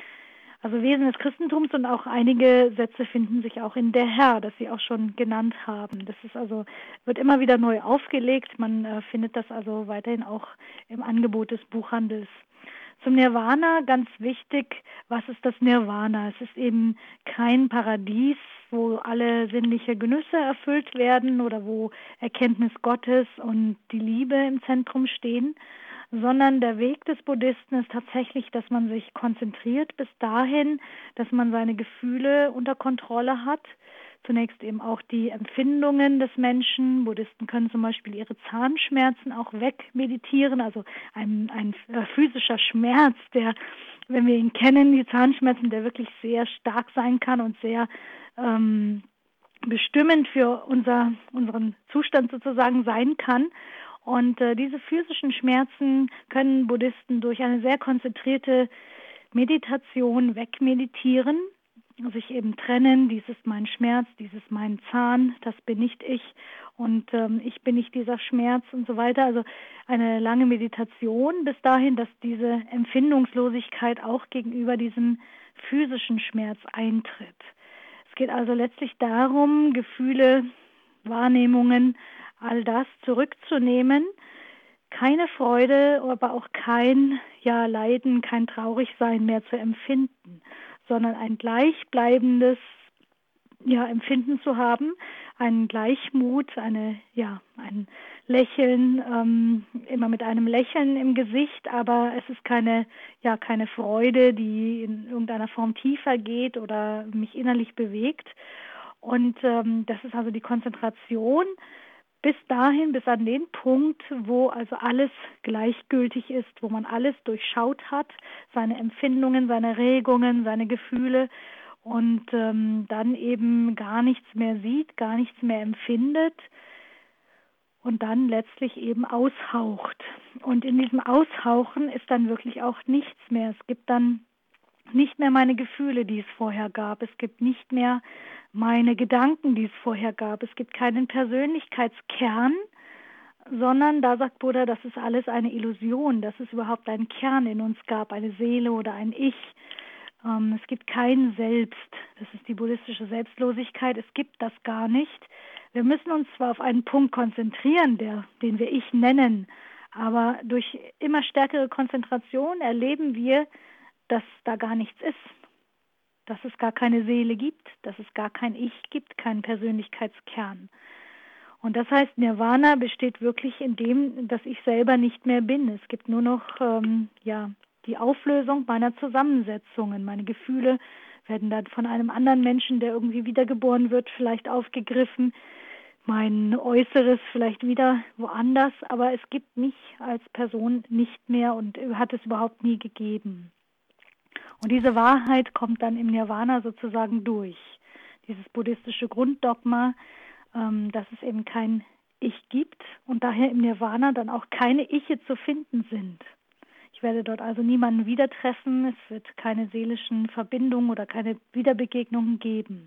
Also Wesen des Christentums und auch einige Sätze finden sich auch in Der Herr, das Sie auch schon genannt haben. Das ist also, wird immer wieder neu aufgelegt. Man äh, findet das also weiterhin auch im Angebot des Buchhandels. Zum Nirvana, ganz wichtig, was ist das Nirvana? Es ist eben kein Paradies, wo alle sinnliche Genüsse erfüllt werden oder wo Erkenntnis Gottes und die Liebe im Zentrum stehen, sondern der Weg des Buddhisten ist tatsächlich, dass man sich konzentriert bis dahin, dass man seine Gefühle unter Kontrolle hat. Zunächst eben auch die Empfindungen des Menschen. Buddhisten können zum Beispiel ihre Zahnschmerzen auch wegmeditieren, also ein, ein äh, physischer Schmerz, der, wenn wir ihn kennen, die Zahnschmerzen, der wirklich sehr stark sein kann und sehr ähm, bestimmend für unser, unseren Zustand sozusagen sein kann. Und äh, diese physischen Schmerzen können Buddhisten durch eine sehr konzentrierte Meditation wegmeditieren, sich eben trennen, dies ist mein Schmerz, dies ist mein Zahn, das bin nicht ich und ähm, ich bin nicht dieser Schmerz und so weiter. Also eine lange Meditation bis dahin, dass diese Empfindungslosigkeit auch gegenüber diesem physischen Schmerz eintritt. Es geht also letztlich darum, Gefühle, Wahrnehmungen, all das zurückzunehmen, keine Freude, aber auch kein ja, Leiden, kein Traurigsein mehr zu empfinden, sondern ein gleichbleibendes ja, Empfinden zu haben, einen Gleichmut, eine, ja, ein Lächeln, ähm, immer mit einem Lächeln im Gesicht, aber es ist keine, ja, keine Freude, die in irgendeiner Form tiefer geht oder mich innerlich bewegt. Und ähm, das ist also die Konzentration bis dahin, bis an den Punkt, wo also alles gleichgültig ist, wo man alles durchschaut hat, seine Empfindungen, seine Regungen, seine Gefühle, und ähm, dann eben gar nichts mehr sieht, gar nichts mehr empfindet und dann letztlich eben aushaucht. Und in diesem Aushauchen ist dann wirklich auch nichts mehr. Es gibt dann nicht mehr meine Gefühle, die es vorher gab. Es gibt nicht mehr meine Gedanken, die es vorher gab. Es gibt keinen Persönlichkeitskern, sondern da sagt Buddha, das ist alles eine Illusion, dass es überhaupt einen Kern in uns gab, eine Seele oder ein Ich. Ähm, es gibt kein Selbst. Das ist die buddhistische Selbstlosigkeit. Es gibt das gar nicht. Wir müssen uns zwar auf einen Punkt konzentrieren, der, den wir Ich nennen, aber durch immer stärkere Konzentration erleben wir, dass da gar nichts ist, dass es gar keine Seele gibt, dass es gar kein Ich gibt, keinen Persönlichkeitskern. Und das heißt, Nirvana besteht wirklich in dem, dass ich selber nicht mehr bin. Es gibt nur noch ähm, ja, die Auflösung meiner Zusammensetzungen. Meine Gefühle werden dann von einem anderen Menschen, der irgendwie wiedergeboren wird, vielleicht aufgegriffen. Mein Äußeres vielleicht wieder woanders, aber es gibt mich als Person nicht mehr und hat es überhaupt nie gegeben. Und diese Wahrheit kommt dann im Nirvana sozusagen durch. Dieses buddhistische Grunddogma, ähm, dass es eben kein Ich gibt und daher im Nirvana dann auch keine Iche zu finden sind. Ich werde dort also niemanden wieder treffen, es wird keine seelischen Verbindungen oder keine Wiederbegegnungen geben.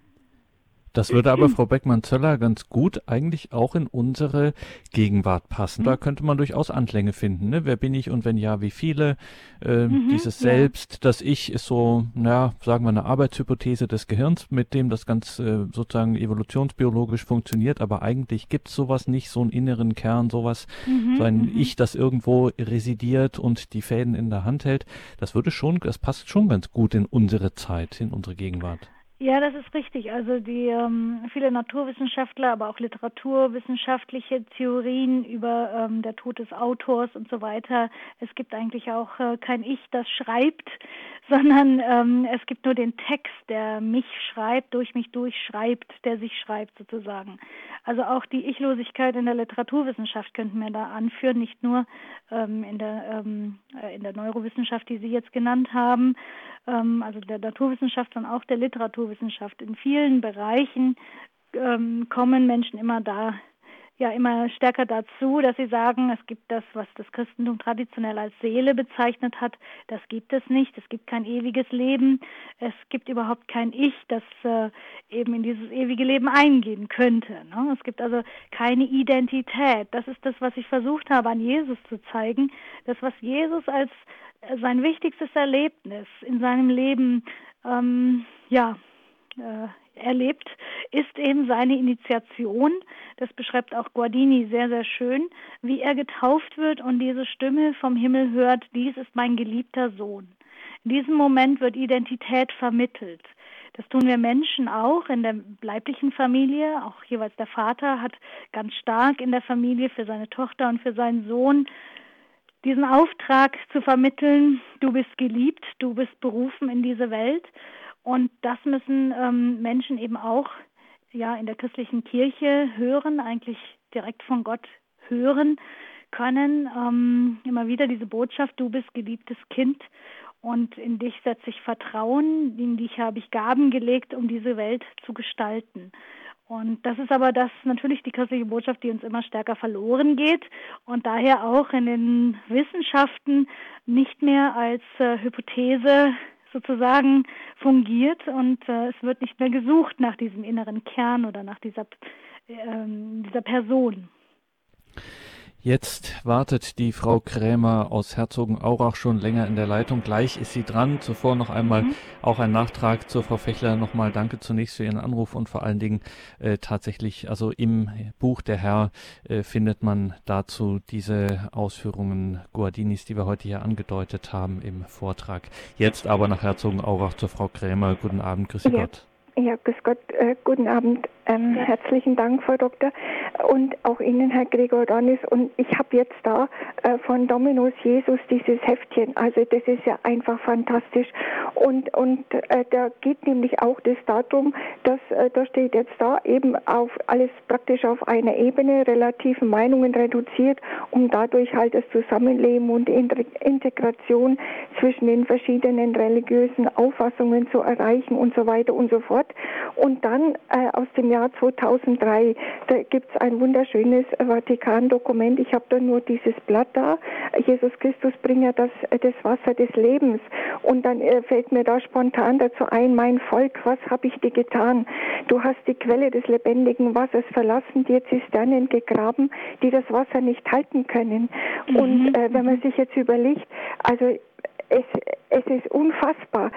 Das würde aber, Frau Beckmann-Zöller, ganz gut eigentlich auch in unsere Gegenwart passen. Da könnte man durchaus Anklänge finden. Ne? Wer bin ich und wenn ja, wie viele? Äh, mhm, dieses ja. Selbst, das Ich ist so, naja, sagen wir eine Arbeitshypothese des Gehirns, mit dem das ganz äh, sozusagen evolutionsbiologisch funktioniert. Aber eigentlich gibt es sowas nicht, so einen inneren Kern, sowas, mhm, so ein mhm. Ich, das irgendwo residiert und die Fäden in der Hand hält. Das würde schon, das passt schon ganz gut in unsere Zeit, in unsere Gegenwart. Ja, das ist richtig. Also die ähm, viele Naturwissenschaftler, aber auch literaturwissenschaftliche Theorien über ähm, der Tod des Autors und so weiter. Es gibt eigentlich auch äh, kein Ich, das schreibt, sondern ähm, es gibt nur den Text, der mich schreibt, durch mich durchschreibt, der sich schreibt sozusagen. Also auch die Ichlosigkeit in der Literaturwissenschaft könnten wir da anführen, nicht nur ähm, in der ähm, in der Neurowissenschaft, die Sie jetzt genannt haben, ähm, also der Naturwissenschaft, sondern auch der Literaturwissenschaft. In vielen Bereichen ähm, kommen Menschen immer da, ja immer stärker dazu, dass sie sagen, es gibt das, was das Christentum traditionell als Seele bezeichnet hat, das gibt es nicht, es gibt kein ewiges Leben, es gibt überhaupt kein Ich, das äh, eben in dieses ewige Leben eingehen könnte. Ne? Es gibt also keine Identität. Das ist das, was ich versucht habe, an Jesus zu zeigen, das, was Jesus als sein wichtigstes Erlebnis in seinem Leben ähm, ja äh, erlebt, ist eben seine Initiation. Das beschreibt auch Guardini sehr, sehr schön, wie er getauft wird und diese Stimme vom Himmel hört, dies ist mein geliebter Sohn. In diesem Moment wird Identität vermittelt. Das tun wir Menschen auch in der leiblichen Familie. Auch jeweils der Vater hat ganz stark in der Familie für seine Tochter und für seinen Sohn diesen Auftrag zu vermitteln, du bist geliebt, du bist berufen in diese Welt. Und das müssen ähm, Menschen eben auch ja, in der christlichen Kirche hören, eigentlich direkt von Gott hören können. Ähm, immer wieder diese Botschaft, du bist geliebtes Kind und in dich setze ich Vertrauen, in dich habe ich Gaben gelegt, um diese Welt zu gestalten. Und das ist aber das natürlich die christliche Botschaft, die uns immer stärker verloren geht und daher auch in den Wissenschaften nicht mehr als äh, Hypothese sozusagen fungiert und äh, es wird nicht mehr gesucht nach diesem inneren Kern oder nach dieser, ähm, dieser Person. Jetzt wartet die Frau Krämer aus Herzogenaurach schon länger in der Leitung. Gleich ist sie dran. Zuvor noch einmal mhm. auch ein Nachtrag zur Frau Fechler. Nochmal danke zunächst für Ihren Anruf und vor allen Dingen äh, tatsächlich, also im Buch Der Herr äh, findet man dazu diese Ausführungen Guardinis, die wir heute hier angedeutet haben im Vortrag. Jetzt aber nach Herzogenaurach zur Frau Krämer. Guten Abend, grüß ja. Gott. Ja, grüß Gott, äh, guten Abend. Ähm, ja. Herzlichen Dank, Frau Doktor, und auch Ihnen, Herr Gregor Dornis. Und ich habe jetzt da äh, von Dominus Jesus dieses Heftchen. Also das ist ja einfach fantastisch. Und und äh, da geht nämlich auch das darum, dass äh, da steht jetzt da eben auf alles praktisch auf einer Ebene, relativen Meinungen reduziert, um dadurch halt das Zusammenleben und Integration zwischen den verschiedenen religiösen Auffassungen zu erreichen und so weiter und so fort. Und dann äh, aus dem Jahr zweitausenddrei, da gibt es ein wunderschönes Vatikan-Dokument. Ich habe da nur dieses Blatt da. Jesus Christus bringt ja das, das Wasser des Lebens. Und dann äh, fällt mir da spontan dazu ein, mein Volk, was habe ich dir getan? Du hast die Quelle des lebendigen Wassers verlassen, dir Zisternen gegraben, die das Wasser nicht halten können. Mhm. Und äh, wenn man sich jetzt überlegt, also es, es ist unfassbar.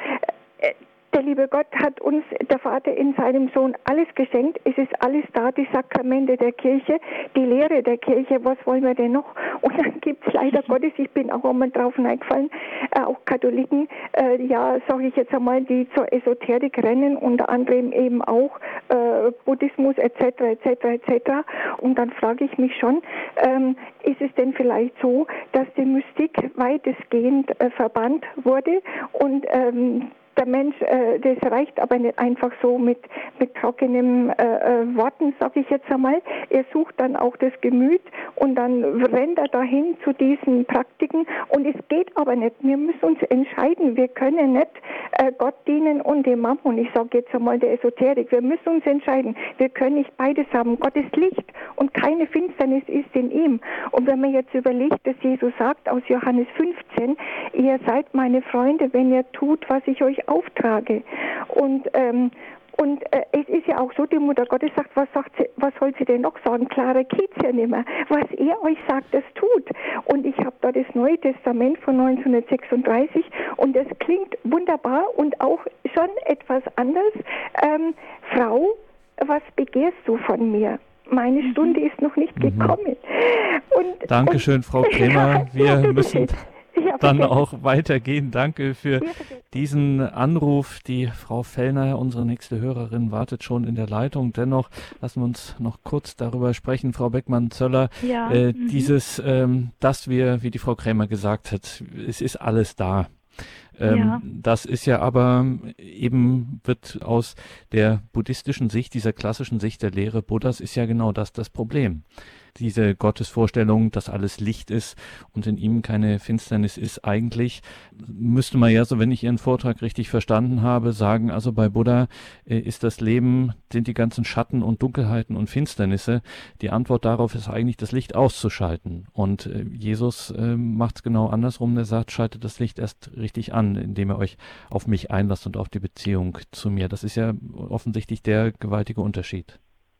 Der liebe Gott hat uns, der Vater, in seinem Sohn alles geschenkt. Es ist alles da, die Sakramente der Kirche, die Lehre der Kirche. Was wollen wir denn noch? Und dann gibt es leider Gottes, ich bin auch einmal drauf eingefallen, äh, auch Katholiken, äh, ja, sage ich jetzt einmal, die zur Esoterik rennen, unter anderem eben auch äh, Buddhismus et cetera et cetera et cetera. Und dann frage ich mich schon, ähm, ist es denn vielleicht so, dass die Mystik weitestgehend äh, verbannt wurde und ähm, der Mensch, äh, das reicht aber nicht einfach so mit, mit trockenen äh, äh, Worten, sage ich jetzt einmal. Er sucht dann auch das Gemüt und dann rennt er dahin zu diesen Praktiken. Und es geht aber nicht. Wir müssen uns entscheiden. Wir können nicht äh, Gott dienen und dem Mammon. Ich sage jetzt einmal der Esoterik. Wir müssen uns entscheiden. Wir können nicht beides haben. Gott ist Licht und keine Finsternis ist in ihm. Und wenn man jetzt überlegt, dass Jesus sagt aus Johannes fünfzehn, ihr seid meine Freunde, wenn ihr tut, was ich euch auftrage. Und ähm, und äh, es ist ja auch so, die Mutter Gottes sagt, was sagt sie, was soll sie denn noch sagen? Klarer geht's ja nicht mehr. Was er euch sagt, das tut. Und ich habe da das Neue Testament von neunzehnhundertsechsunddreißig und das klingt wunderbar und auch schon etwas anders. Ähm, Frau, was begehrst du von mir? Meine Stunde ist noch nicht gekommen. Und, Dankeschön, und, Frau Krämer. Wir ja, müssen ja, dann auch weitergehen. Danke für ja, diesen Anruf. Die Frau Fellner, unsere nächste Hörerin, wartet schon in der Leitung. Dennoch lassen wir uns noch kurz darüber sprechen, Frau Beckmann-Zöller. Ja. Äh, Mhm. Dieses, ähm, dass wir, wie die Frau Krämer gesagt hat, es ist alles da. Ähm, Ja. Das ist ja aber eben, wird aus der buddhistischen Sicht, dieser klassischen Sicht der Lehre Buddhas, ist ja genau das das Problem. Diese Gottesvorstellung, dass alles Licht ist und in ihm keine Finsternis ist, eigentlich müsste man ja, so wenn ich Ihren Vortrag richtig verstanden habe, sagen, also bei Buddha äh, ist das Leben, sind die ganzen Schatten und Dunkelheiten und Finsternisse. Die Antwort darauf ist eigentlich, das Licht auszuschalten. Und äh, Jesus äh, macht es genau andersrum. Er sagt, schaltet das Licht erst richtig an, indem er euch auf mich einlasst und auf die Beziehung zu mir. Das ist ja offensichtlich der gewaltige Unterschied.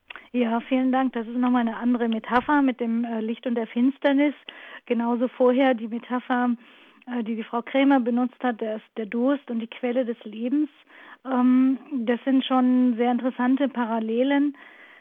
Ja, vielen Dank. Das ist nochmal eine andere Metapher mit dem äh, Licht und der Finsternis. Genauso vorher die Metapher, äh, die die Frau Krämer benutzt hat, der, der Durst und die Quelle des Lebens. Ähm, das sind schon sehr interessante Parallelen,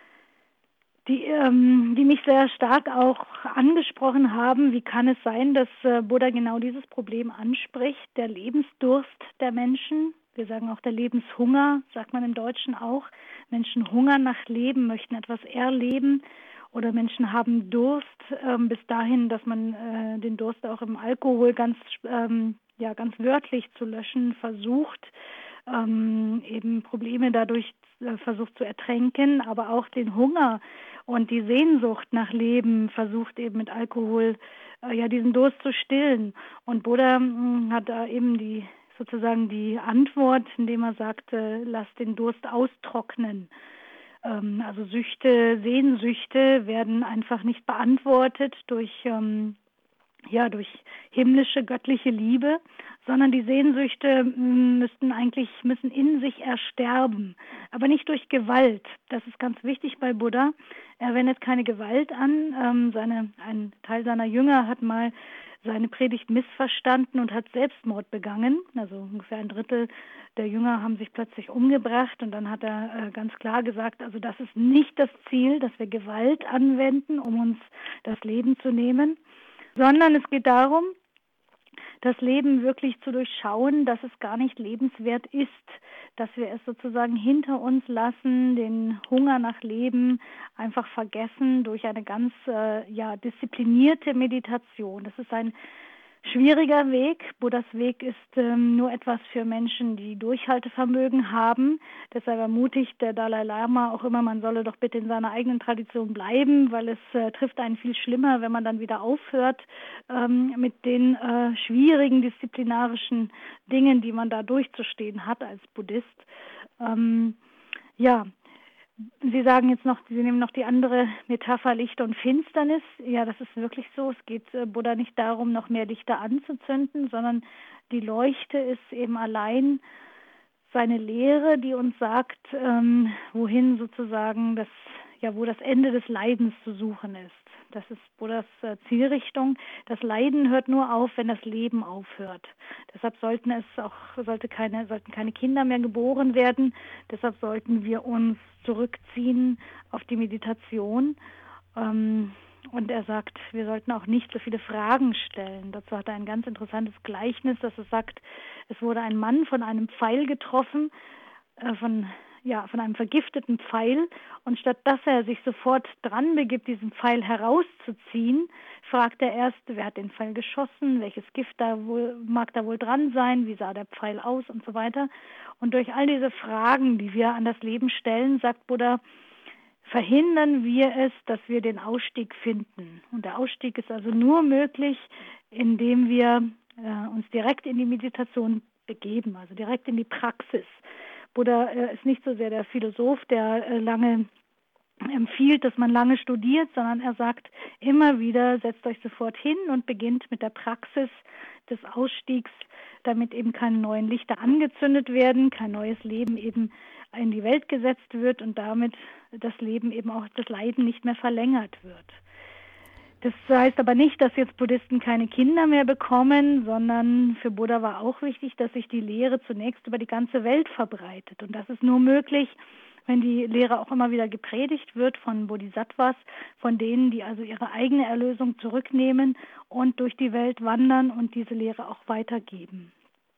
die, ähm, die mich sehr stark auch angesprochen haben. Wie kann es sein, dass äh, Buddha genau dieses Problem anspricht, der Lebensdurst der Menschen? Wir sagen auch der Lebenshunger, sagt man im Deutschen auch. Menschen hungern nach Leben, möchten etwas erleben oder Menschen haben Durst ähm, bis dahin, dass man äh, den Durst auch im Alkohol ganz, ähm, ja, ganz wörtlich zu löschen versucht, ähm, eben Probleme dadurch äh, versucht zu ertränken, aber auch den Hunger und die Sehnsucht nach Leben versucht eben mit Alkohol äh, ja diesen Durst zu stillen. Und Buddha mh, hat da eben die sozusagen die Antwort, indem er sagte, lass den Durst austrocknen. Ähm, also Süchte, Sehnsüchte werden einfach nicht beantwortet durch, ähm, ja, durch himmlische, göttliche Liebe, sondern die Sehnsüchte müssten eigentlich, müssen in sich ersterben, aber nicht durch Gewalt. Das ist ganz wichtig bei Buddha. Er wendet keine Gewalt an. Ähm, seine, ein Teil seiner Jünger hat mal seine Predigt missverstanden und hat Selbstmord begangen. Also ungefähr ein Drittel der Jünger haben sich plötzlich umgebracht und dann hat er äh, ganz klar gesagt, also das ist nicht das Ziel, dass wir Gewalt anwenden, um uns das Leben zu nehmen, sondern es geht darum, das Leben wirklich zu durchschauen, dass es gar nicht lebenswert ist, dass wir es sozusagen hinter uns lassen, den Hunger nach Leben einfach vergessen durch eine ganz äh, ja, disziplinierte Meditation. Das ist ein schwieriger Weg. Buddhas Weg ist ähm, nur etwas für Menschen, die Durchhaltevermögen haben. Deshalb ermutigt der Dalai Lama auch immer, man solle doch bitte in seiner eigenen Tradition bleiben, weil es äh, trifft einen viel schlimmer, wenn man dann wieder aufhört ähm, mit den äh, schwierigen disziplinarischen Dingen, die man da durchzustehen hat als Buddhist. Ähm, ja, Sie sagen jetzt noch, Sie nehmen noch die andere Metapher Licht und Finsternis. Ja, das ist wirklich so. Es geht äh, Buddha nicht darum, noch mehr Lichter anzuzünden, sondern die Leuchte ist eben allein seine Lehre, die uns sagt, ähm, wohin sozusagen das, ja, wo das Ende des Leidens zu suchen ist. Das ist Buddhas äh, Zielrichtung. Das Leiden hört nur auf, wenn das Leben aufhört. Deshalb sollten es auch, sollte keine, sollten keine Kinder mehr geboren werden. Deshalb sollten wir uns zurückziehen auf die Meditation. Ähm, und er sagt, wir sollten auch nicht so viele Fragen stellen. Dazu hat er ein ganz interessantes Gleichnis, dass es sagt, es wurde ein Mann von einem Pfeil getroffen, äh, von ja, von einem vergifteten Pfeil, und statt dass er sich sofort dran begibt, diesen Pfeil herauszuziehen, fragt er erst, wer hat den Pfeil geschossen, welches Gift da wohl, mag da wohl dran sein, wie sah der Pfeil aus und so weiter. Und durch all diese Fragen, die wir an das Leben stellen, sagt Buddha, verhindern wir es, dass wir den Ausstieg finden. Und der Ausstieg ist also nur möglich, indem wir äh, uns direkt in die Meditation begeben, also direkt in die Praxis. Buddha äh, ist nicht so sehr der Philosoph, der äh, lange empfiehlt, dass man lange studiert, sondern er sagt immer wieder, setzt euch sofort hin und beginnt mit der Praxis des Ausstiegs, damit eben keine neuen Lichter angezündet werden, kein neues Leben eben in die Welt gesetzt wird und damit das Leben eben auch, das Leiden nicht mehr verlängert wird. Das heißt aber nicht, dass jetzt Buddhisten keine Kinder mehr bekommen, sondern für Buddha war auch wichtig, dass sich die Lehre zunächst über die ganze Welt verbreitet. Und das ist nur möglich, wenn die Lehre auch immer wieder gepredigt wird von Bodhisattvas, von denen, die also ihre eigene Erlösung zurücknehmen und durch die Welt wandern und diese Lehre auch weitergeben.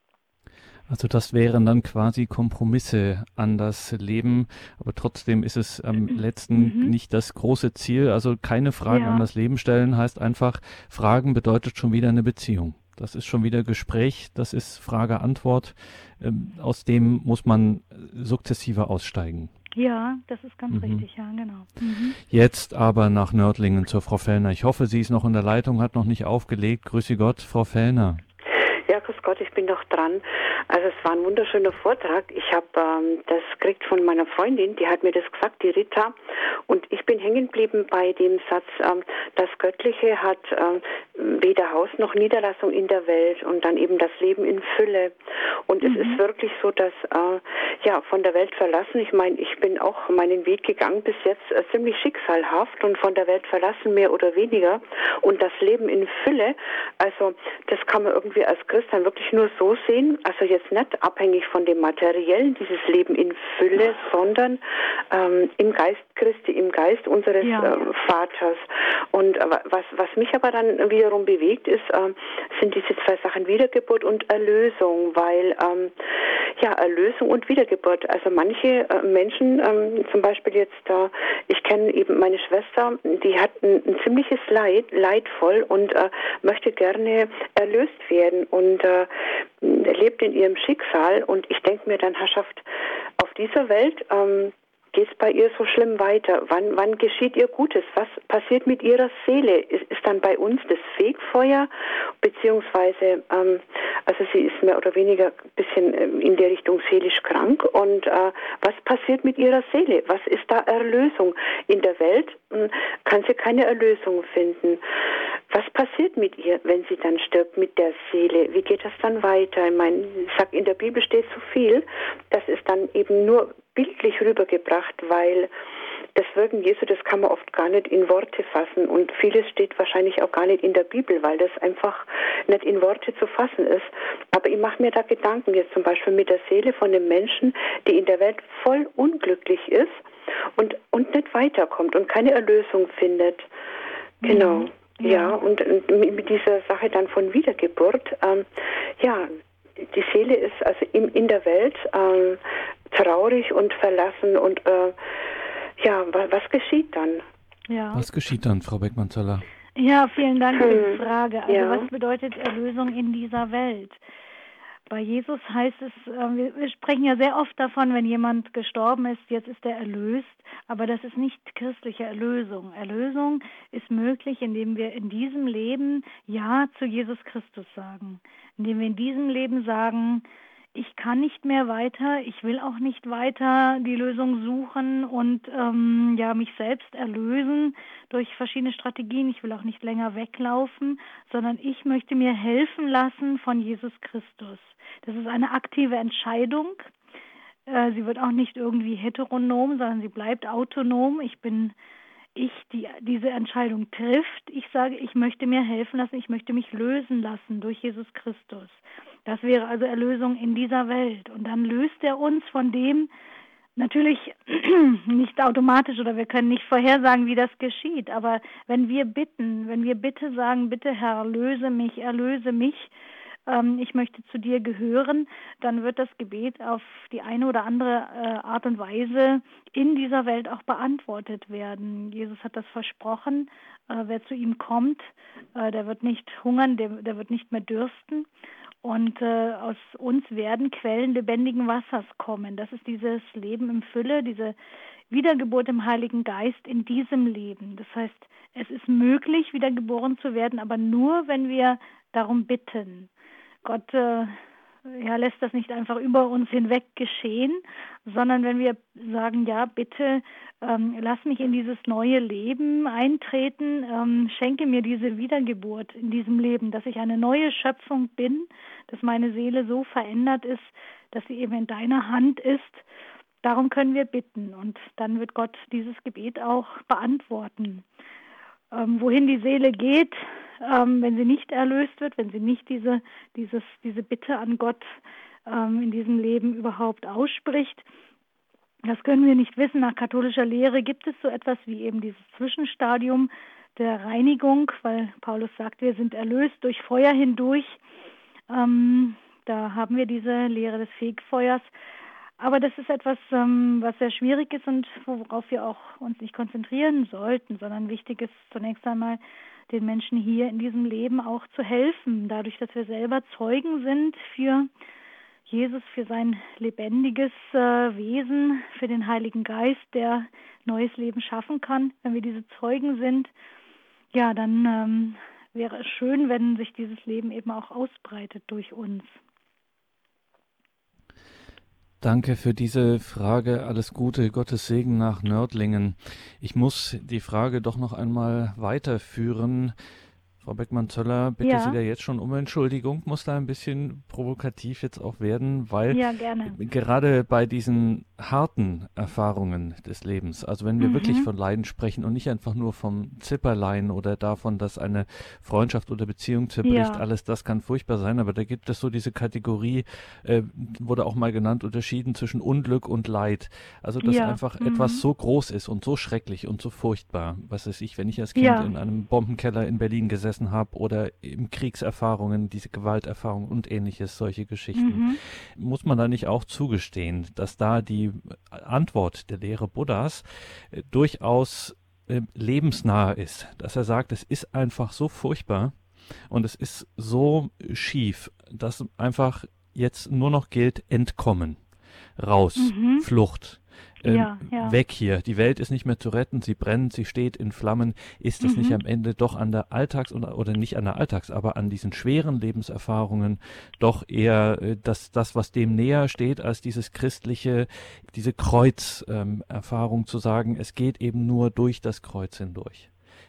Also das wären dann quasi Kompromisse an das Leben, aber trotzdem ist es am letzten mhm. nicht das große Ziel. Also keine Fragen ja. an das Leben stellen heißt einfach, Fragen bedeutet schon wieder eine Beziehung. Das ist schon wieder Gespräch, das ist Frage-Antwort. Ähm, aus dem muss man sukzessive aussteigen. Ja, das ist ganz mhm. richtig, ja, genau. Mhm. Jetzt aber nach Nördlingen zur Frau Fellner. Ich hoffe, sie ist noch in der Leitung, hat noch nicht aufgelegt. Grüße Gott, Frau Fellner. Ja, grüß Gott, ich bin noch dran. Also es war ein wunderschöner Vortrag. Ich habe ähm, das gekriegt von meiner Freundin, die hat mir das gesagt, die Rita. Und ich bin hängen geblieben bei dem Satz, ähm, das Göttliche hat ähm, weder Haus noch Niederlassung in der Welt und dann eben das Leben in Fülle. Und mhm. es ist wirklich so, dass äh, ja von der Welt verlassen, ich meine, ich bin auch meinen Weg gegangen bis jetzt äh, ziemlich schicksalhaft und von der Welt verlassen mehr oder weniger. Und das Leben in Fülle, also das kann man irgendwie als Christ dann wirklich nur so sehen, also jetzt nicht abhängig von dem Materiellen, dieses Leben in Fülle, sondern ähm, im Geist Christi, im Geist unseres ja. äh, Vaters. Und äh, was, was mich aber dann wiederum bewegt, ist, äh, sind diese zwei Sachen Wiedergeburt und Erlösung, weil ähm, ja, Erlösung und Wiedergeburt, also manche äh, Menschen, ähm, zum Beispiel jetzt, äh, ich kenne eben meine Schwester, die hat ein, ein ziemliches Leid, leidvoll und äh, möchte gerne erlöst werden und äh, lebt in ihrem Schicksal und ich denke mir dann, Herrschaft, auf dieser Welt ähm, geht es bei ihr so schlimm weiter? Wann, wann geschieht ihr Gutes? Was passiert mit ihrer Seele? Ist, ist dann bei uns das Fegfeuer? Beziehungsweise, ähm, also sie ist mehr oder weniger ein bisschen ähm, in der Richtung seelisch krank. Und äh, was passiert mit ihrer Seele? Was ist da Erlösung? In der Welt ähm, kann sie keine Erlösung finden. was passiert mit ihr, wenn sie dann stirbt, mit der Seele? Wie geht das dann weiter? Ich meine, ich sag, in der Bibel steht so viel, das ist dann eben nur bildlich rübergebracht, weil das Wirken Jesu, das kann man oft gar nicht in Worte fassen und vieles steht wahrscheinlich auch gar nicht in der Bibel, weil das einfach nicht in Worte zu fassen ist. Aber ich mache mir da Gedanken jetzt zum Beispiel mit der Seele von einem Menschen, die in der Welt voll unglücklich ist und, und nicht weiterkommt und keine Erlösung findet. Genau. Ja, ja und, und mit dieser Sache dann von Wiedergeburt, ähm, ja, die Seele ist also in, in der Welt ähm, traurig und verlassen und äh, ja, was geschieht dann? Ja. Was geschieht dann, Frau Beckmann-Zöller? Ja, vielen Dank für die Frage. Also ja. was bedeutet Erlösung in dieser Welt? Bei Jesus heißt es, wir, wir sprechen ja sehr oft davon, wenn jemand gestorben ist, jetzt ist er erlöst, aber das ist nicht christliche Erlösung. Erlösung ist möglich, indem wir in diesem Leben Ja zu Jesus Christus sagen, indem wir in diesem Leben sagen, ich kann nicht mehr weiter, ich will auch nicht weiter die Lösung suchen und ähm, ja mich selbst erlösen durch verschiedene Strategien. Ich will auch nicht länger weglaufen, sondern ich möchte mir helfen lassen von Jesus Christus. Das ist eine aktive Entscheidung. Äh, sie wird auch nicht irgendwie heteronom, sondern sie bleibt autonom. Ich bin ich, die diese Entscheidung trifft. Ich sage, ich möchte mir helfen lassen, ich möchte mich lösen lassen durch Jesus Christus. Das wäre also Erlösung in dieser Welt. Und dann löst er uns von dem, natürlich nicht automatisch oder wir können nicht vorhersagen, wie das geschieht. Aber wenn wir bitten, wenn wir bitte sagen, bitte Herr, löse mich, erlöse mich, ähm, ich möchte zu dir gehören, dann wird das Gebet auf die eine oder andere äh, Art und Weise in dieser Welt auch beantwortet werden. Jesus hat das versprochen, äh, wer zu ihm kommt, äh, der wird nicht hungern, der, der wird nicht mehr dürsten. Und äh, aus uns werden Quellen lebendigen Wassers kommen. Das ist dieses Leben im Fülle, diese Wiedergeburt im Heiligen Geist in diesem Leben. Das heißt, es ist möglich, wiedergeboren zu werden, aber nur, wenn wir darum bitten. Gott äh, ja, lässt das nicht einfach über uns hinweg geschehen, sondern wenn wir sagen, ja, bitte ähm, lass mich in dieses neue Leben eintreten, ähm, schenke mir diese Wiedergeburt in diesem Leben, dass ich eine neue Schöpfung bin, dass meine Seele so verändert ist, dass sie eben in deiner Hand ist. Darum können wir bitten und dann wird Gott dieses Gebet auch beantworten. Ähm, wohin die Seele geht, ähm, wenn sie nicht erlöst wird, wenn sie nicht diese, dieses, diese Bitte an Gott ähm, in diesem Leben überhaupt ausspricht, das können wir nicht wissen. Nach katholischer Lehre gibt es so etwas wie eben dieses Zwischenstadium der Reinigung, weil Paulus sagt, wir sind erlöst durch Feuer hindurch. Ähm, da haben wir diese Lehre des Fegfeuers. Aber das ist etwas, ähm, was sehr schwierig ist und worauf wir auch uns nicht konzentrieren sollten, sondern wichtig ist zunächst einmal, den Menschen hier in diesem Leben auch zu helfen, dadurch, dass wir selber Zeugen sind für Jesus, für sein lebendiges äh, Wesen, für den Heiligen Geist, der neues Leben schaffen kann. Wenn wir diese Zeugen sind, ja, dann ähm, wäre es schön, wenn sich dieses Leben eben auch ausbreitet durch uns. Danke für diese Frage. Alles Gute, Gottes Segen nach Nördlingen. Ich muss die Frage doch noch einmal weiterführen. Frau Beckmann-Zöller, bitte Ja. Sie da jetzt schon um Entschuldigung, muss da ein bisschen provokativ jetzt auch werden, weil Ja, gerne. gerade bei diesen harten Erfahrungen des Lebens, also wenn wir Mhm. wirklich von Leiden sprechen und nicht einfach nur vom Zipperlein oder davon, dass eine Freundschaft oder Beziehung zerbricht, Ja. alles das kann furchtbar sein, aber da gibt es so diese Kategorie, äh, wurde auch mal genannt, unterschieden zwischen Unglück und Leid. Also dass Ja. einfach Mhm. etwas so groß ist und so schrecklich und so furchtbar, was weiß ich, wenn ich als Kind Ja. in einem Bombenkeller in Berlin gesessen habe oder im Kriegserfahrungen, diese Gewalterfahrungen und ähnliches, solche Geschichten. Mhm. Muss man da nicht auch zugestehen, dass da die Antwort der Lehre Buddhas äh, durchaus äh, lebensnah ist, dass er sagt, es ist einfach so furchtbar und es ist so schief, dass einfach jetzt nur noch gilt, entkommen, raus, Mhm. Flucht. Ähm, Ja, ja. Weg hier. Die Welt ist nicht mehr zu retten, sie brennt, sie steht in Flammen. Ist das Mhm. nicht am Ende doch an der Alltags- oder, oder nicht an der Alltags-, aber an diesen schweren Lebenserfahrungen doch eher äh, das, das, was dem näher steht, als dieses christliche, diese Kreuzerfahrung ähm, Erfahrung zu sagen, es geht eben nur durch das Kreuz hindurch.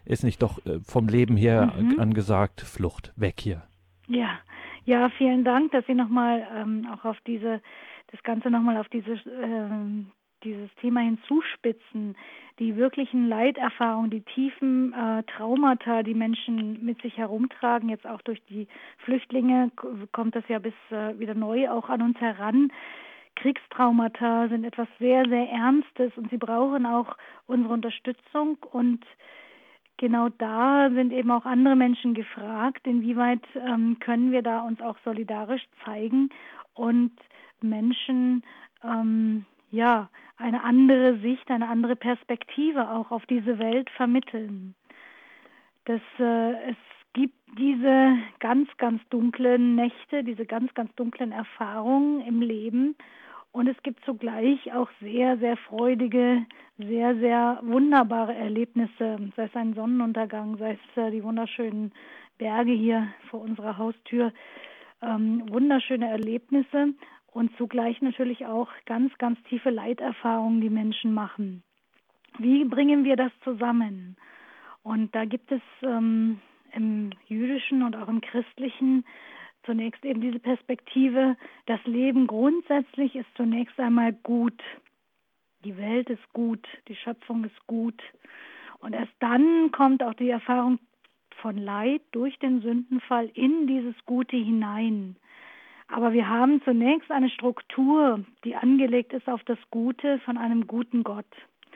ist nicht doch äh, vom Leben her Mhm. angesagt, Flucht, weg hier. Ja, ja, vielen Dank, dass Sie nochmal ähm, auch auf diese, das Ganze nochmal auf diese, ähm, dieses Thema hinzuspitzen. Die wirklichen Leiterfahrungen, die tiefen äh, Traumata, die Menschen mit sich herumtragen, jetzt auch durch die Flüchtlinge k- kommt das ja bis äh, wieder neu auch an uns heran. Kriegstraumata sind etwas sehr, sehr Ernstes und sie brauchen auch unsere Unterstützung, und genau da sind eben auch andere Menschen gefragt, inwieweit ähm, können wir da uns auch solidarisch zeigen und Menschen ähm, ja eine andere Sicht, eine andere Perspektive auch auf diese Welt vermitteln. Das, äh, es gibt diese ganz, ganz dunklen Nächte, diese ganz, ganz dunklen Erfahrungen im Leben, und es gibt zugleich auch sehr, sehr freudige, sehr, sehr wunderbare Erlebnisse, sei es ein Sonnenuntergang, sei es äh, die wunderschönen Berge hier vor unserer Haustür, ähm, wunderschöne Erlebnisse und zugleich natürlich auch ganz, ganz tiefe Leiterfahrungen, die Menschen machen. Wie bringen wir das zusammen? Und da gibt es ähm, im Jüdischen und auch im Christlichen zunächst eben diese Perspektive, das Leben grundsätzlich ist zunächst einmal gut. Die Welt ist gut, die Schöpfung ist gut. Und erst dann kommt auch die Erfahrung von Leid durch den Sündenfall in dieses Gute hinein. Aber wir haben zunächst eine Struktur, die angelegt ist auf das Gute von einem guten Gott.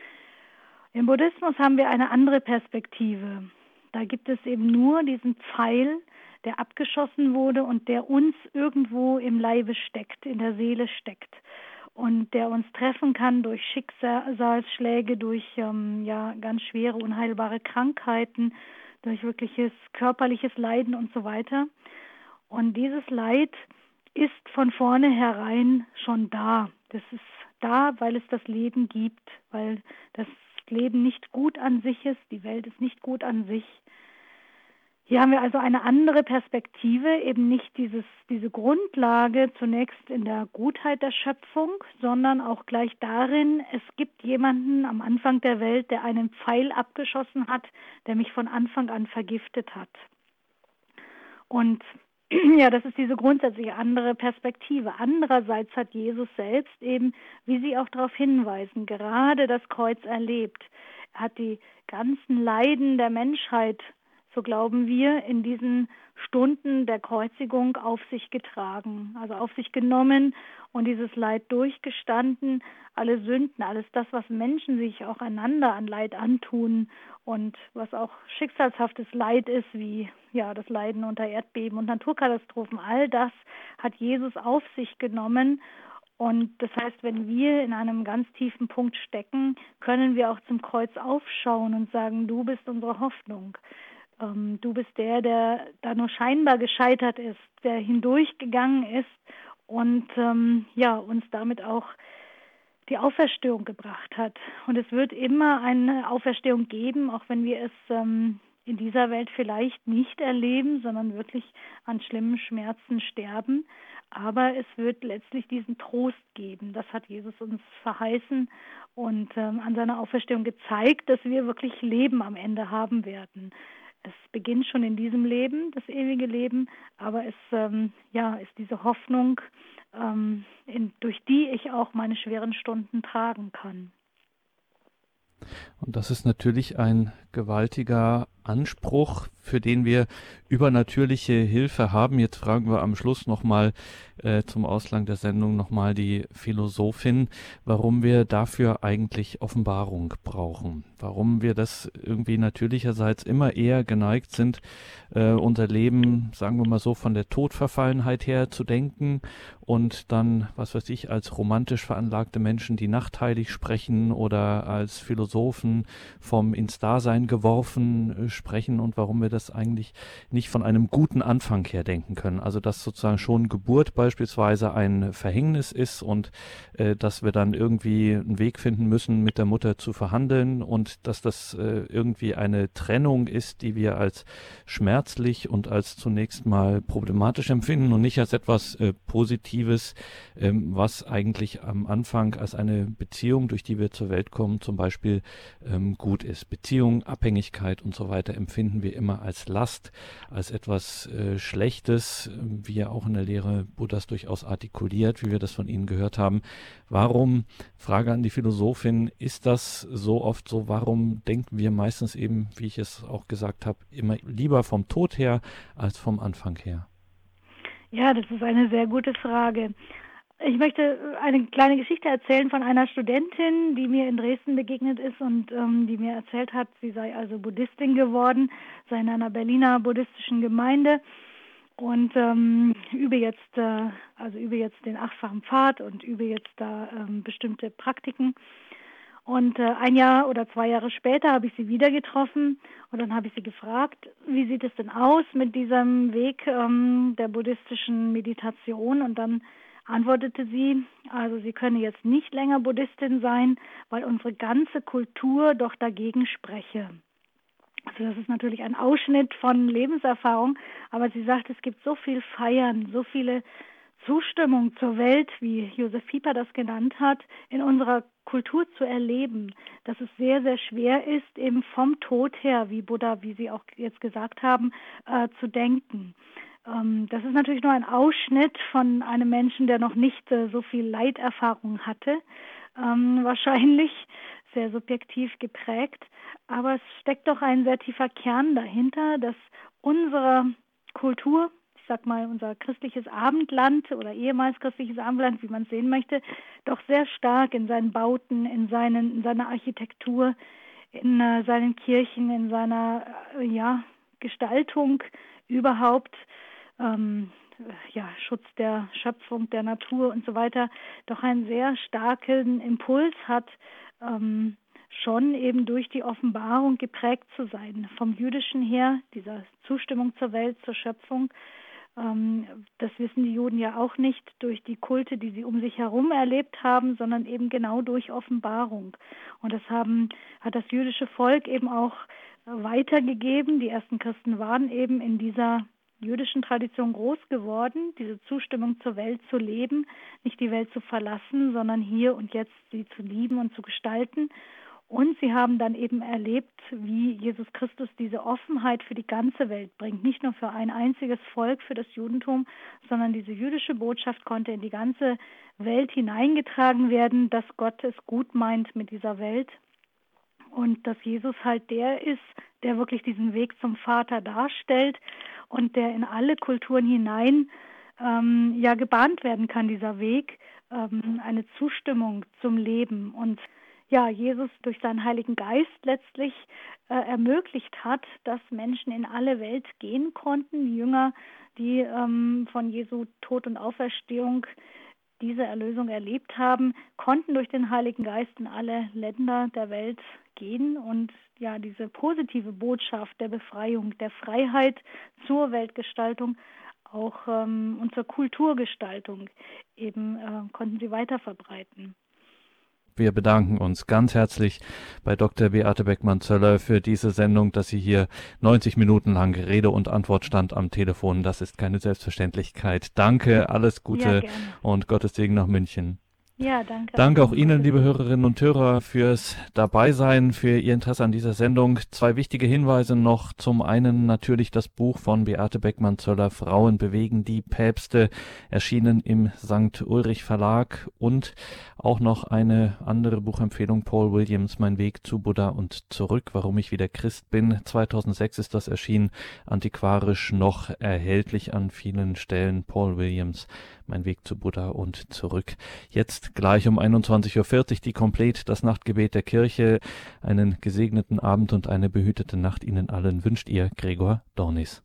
Im Buddhismus haben wir eine andere Perspektive. Da gibt es eben nur diesen Pfeil, der abgeschossen wurde und der uns irgendwo im Leibe steckt, in der Seele steckt und der uns treffen kann durch Schicksalsschläge, durch ähm, ja, ganz schwere, unheilbare Krankheiten, durch wirkliches körperliches Leiden und so weiter. Und dieses Leid ist von vornherein schon da. Das ist da, weil es das Leben gibt, weil das Leben nicht gut an sich ist, die Welt ist nicht gut an sich. Hier haben wir also eine andere Perspektive, eben nicht dieses, diese Grundlage zunächst in der Gutheit der Schöpfung, sondern auch gleich darin, es gibt jemanden am Anfang der Welt, der einen Pfeil abgeschossen hat, der mich von Anfang an vergiftet hat. Und ja, das ist diese grundsätzliche andere Perspektive. Andererseits hat Jesus selbst eben, wie Sie auch darauf hinweisen, gerade das Kreuz erlebt. Er hat die ganzen Leiden der Menschheit, so glauben wir, in diesen Stunden der Kreuzigung auf sich getragen, also auf sich genommen und dieses Leid durchgestanden, alle Sünden, alles das, was Menschen sich auch einander an Leid antun und was auch schicksalshaftes Leid ist, wie ja das Leiden unter Erdbeben und Naturkatastrophen, all das hat Jesus auf sich genommen. Und das heißt, wenn wir in einem ganz tiefen Punkt stecken, können wir auch zum Kreuz aufschauen und sagen, du bist unsere Hoffnung. Ähm, du bist der, der da nur scheinbar gescheitert ist, der hindurchgegangen ist und ähm, ja uns damit auch die Auferstehung gebracht hat. Und es wird immer eine Auferstehung geben, auch wenn wir es ähm, in dieser Welt vielleicht nicht erleben, sondern wirklich an schlimmen Schmerzen sterben. Aber es wird letztlich diesen Trost geben. Das hat Jesus uns verheißen und ähm, an seiner Auferstehung gezeigt, dass wir wirklich Leben am Ende haben werden. Es beginnt schon in diesem Leben, das ewige Leben, aber es ähm, ja, ist diese Hoffnung, ähm, in, durch die ich auch meine schweren Stunden tragen kann. Und das ist natürlich ein gewaltiger Anspruch, für den wir übernatürliche Hilfe haben. Jetzt fragen wir am Schluss nochmal äh, zum Ausklang der Sendung nochmal die Philosophin, warum wir dafür eigentlich Offenbarung brauchen. Warum wir das irgendwie natürlicherseits immer eher geneigt sind, äh, unser Leben, sagen wir mal so, von der Todverfallenheit her zu denken und dann, was weiß ich, als romantisch veranlagte Menschen, die nachtheilig sprechen oder als Philosophen vom ins Dasein geworfen äh, sprechen und warum wir das das eigentlich nicht von einem guten Anfang her denken können. Also dass sozusagen schon Geburt beispielsweise ein Verhängnis ist und äh, dass wir dann irgendwie einen Weg finden müssen, mit der Mutter zu verhandeln und dass das äh, irgendwie eine Trennung ist, die wir als schmerzlich und als zunächst mal problematisch empfinden und nicht als etwas äh, Positives, ähm, was eigentlich am Anfang als eine Beziehung, durch die wir zur Welt kommen, zum Beispiel ähm, gut ist. Beziehung, Abhängigkeit und so weiter empfinden wir immer als Last, als etwas äh, Schlechtes, wie er auch in der Lehre Buddhas durchaus artikuliert, wie wir das von Ihnen gehört haben. Warum, Frage an die Philosophin, ist das so oft so? Warum denken wir meistens eben, wie ich es auch gesagt habe, immer lieber vom Tod her als vom Anfang her? Ja, das ist eine sehr gute Frage. Ich möchte eine kleine Geschichte erzählen von einer Studentin, die mir in Dresden begegnet ist und ähm, die mir erzählt hat, sie sei also Buddhistin geworden, sei in einer Berliner buddhistischen Gemeinde und ähm, übe jetzt, äh, also übe jetzt den achtfachen Pfad und übe jetzt da ähm, bestimmte Praktiken. Und äh, ein Jahr oder zwei Jahre später habe ich sie wieder getroffen und dann habe ich sie gefragt, wie sieht es denn aus mit diesem Weg ähm, der buddhistischen Meditation? Und dann antwortete sie, also sie könne jetzt nicht länger Buddhistin sein, weil unsere ganze Kultur doch dagegen spreche. Also das ist natürlich ein Ausschnitt von Lebenserfahrung, aber sie sagt, es gibt so viel Feiern, so viele Zustimmung zur Welt, wie Josef Pieper das genannt hat, in unserer Kultur zu erleben, dass es sehr, sehr schwer ist, eben vom Tod her, wie Buddha, wie Sie auch jetzt gesagt haben, äh, zu denken. Ähm, das ist natürlich nur ein Ausschnitt von einem Menschen, der noch nicht äh, so viel Leiterfahrung hatte, ähm, wahrscheinlich sehr subjektiv geprägt, aber es steckt doch ein sehr tiefer Kern dahinter, dass unsere Kultur, ich sag mal, unser christliches Abendland oder ehemals christliches Abendland, wie man es sehen möchte, doch sehr stark in seinen Bauten, in, seinen, in seiner Architektur, in äh, seinen Kirchen, in seiner äh, ja, Gestaltung überhaupt, ähm, ja, Schutz der Schöpfung, der Natur und so weiter, doch einen sehr starken Impuls hat, ähm, schon eben durch die Offenbarung geprägt zu sein. Vom Jüdischen her, dieser Zustimmung zur Welt, zur Schöpfung, ähm, das wissen die Juden ja auch nicht durch die Kulte, die sie um sich herum erlebt haben, sondern eben genau durch Offenbarung. Und das haben, hat das jüdische Volk eben auch weitergegeben. Die ersten Christen waren eben in dieser jüdischen Tradition groß geworden, diese Zustimmung zur Welt zu leben, nicht die Welt zu verlassen, sondern hier und jetzt sie zu lieben und zu gestalten. Und sie haben dann eben erlebt, wie Jesus Christus diese Offenheit für die ganze Welt bringt. Nicht nur für ein einziges Volk, für das Judentum, sondern diese jüdische Botschaft konnte in die ganze Welt hineingetragen werden, dass Gott es gut meint mit dieser Welt. Und dass Jesus halt der ist, der wirklich diesen Weg zum Vater darstellt und der in alle Kulturen hinein ähm, ja gebahnt werden kann, dieser Weg, ähm, eine Zustimmung zum Leben. Und ja, Jesus durch seinen Heiligen Geist letztlich äh, ermöglicht hat, dass Menschen in alle Welt gehen konnten. Die Jünger, die ähm, von Jesu Tod und Auferstehung diese Erlösung erlebt haben, konnten durch den Heiligen Geist in alle Länder der Welt gehen und ja, diese positive Botschaft der Befreiung, der Freiheit zur Weltgestaltung auch ähm, und zur Kulturgestaltung eben äh, konnten sie weiter verbreiten. Wir bedanken uns ganz herzlich bei Doktor Beate Beckmann-Zöller für diese Sendung, dass sie hier neunzig Minuten lang Rede und Antwort stand am Telefon. Das ist keine Selbstverständlichkeit. Danke, alles Gute ja, und Gottes Segen nach München. Ja, danke. Danke auch Ihnen, liebe Hörerinnen und Hörer, fürs Dabeisein, für Ihr Interesse an dieser Sendung. Zwei wichtige Hinweise noch. Zum einen natürlich das Buch von Beate Beckmann-Zöller, Frauen bewegen die Päpste, erschienen im Sankt Ulrich Verlag, und auch noch eine andere Buchempfehlung, Paul Williams, Mein Weg zu Buddha und zurück, warum ich wieder Christ bin. zweitausendsechs ist das erschienen, antiquarisch noch erhältlich an vielen Stellen. Paul Williams, Mein Weg zu Buddha und zurück. Jetzt gleich um einundzwanzig Uhr vierzig die Komplett, das Nachtgebet der Kirche. Einen gesegneten Abend und eine behütete Nacht Ihnen allen wünscht Ihr Gregor Dornis.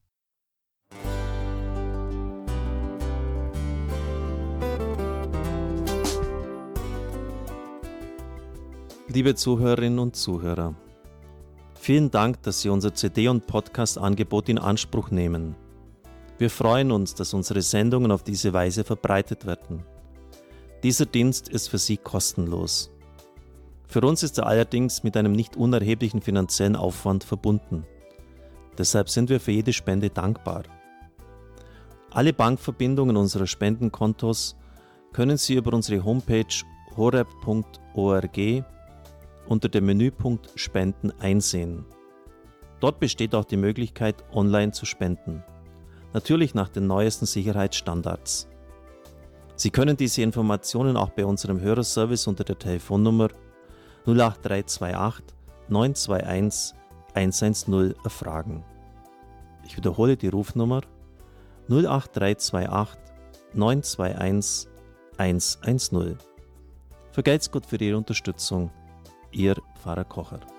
Liebe Zuhörerinnen und Zuhörer, Vielen Dank, dass Sie unser C D- und Podcast-Angebot in Anspruch nehmen. Wir freuen uns, dass unsere Sendungen auf diese Weise verbreitet werden. Dieser Dienst ist für Sie kostenlos. Für uns ist er allerdings mit einem nicht unerheblichen finanziellen Aufwand verbunden. Deshalb sind wir für jede Spende dankbar. Alle Bankverbindungen unserer Spendenkontos können Sie über unsere Homepage horeb punkt org unter dem Menüpunkt Spenden einsehen. Dort besteht auch die Möglichkeit, online zu spenden. Natürlich nach den neuesten Sicherheitsstandards. Sie können diese Informationen auch bei unserem Hörerservice unter der Telefonnummer null acht drei zwei acht neun zwei eins eins eins null erfragen. Ich wiederhole die Rufnummer null acht drei zwei acht neun zwei eins eins eins null. Vergelt's Gott für Ihre Unterstützung. Ihr Pfarrer Kocher.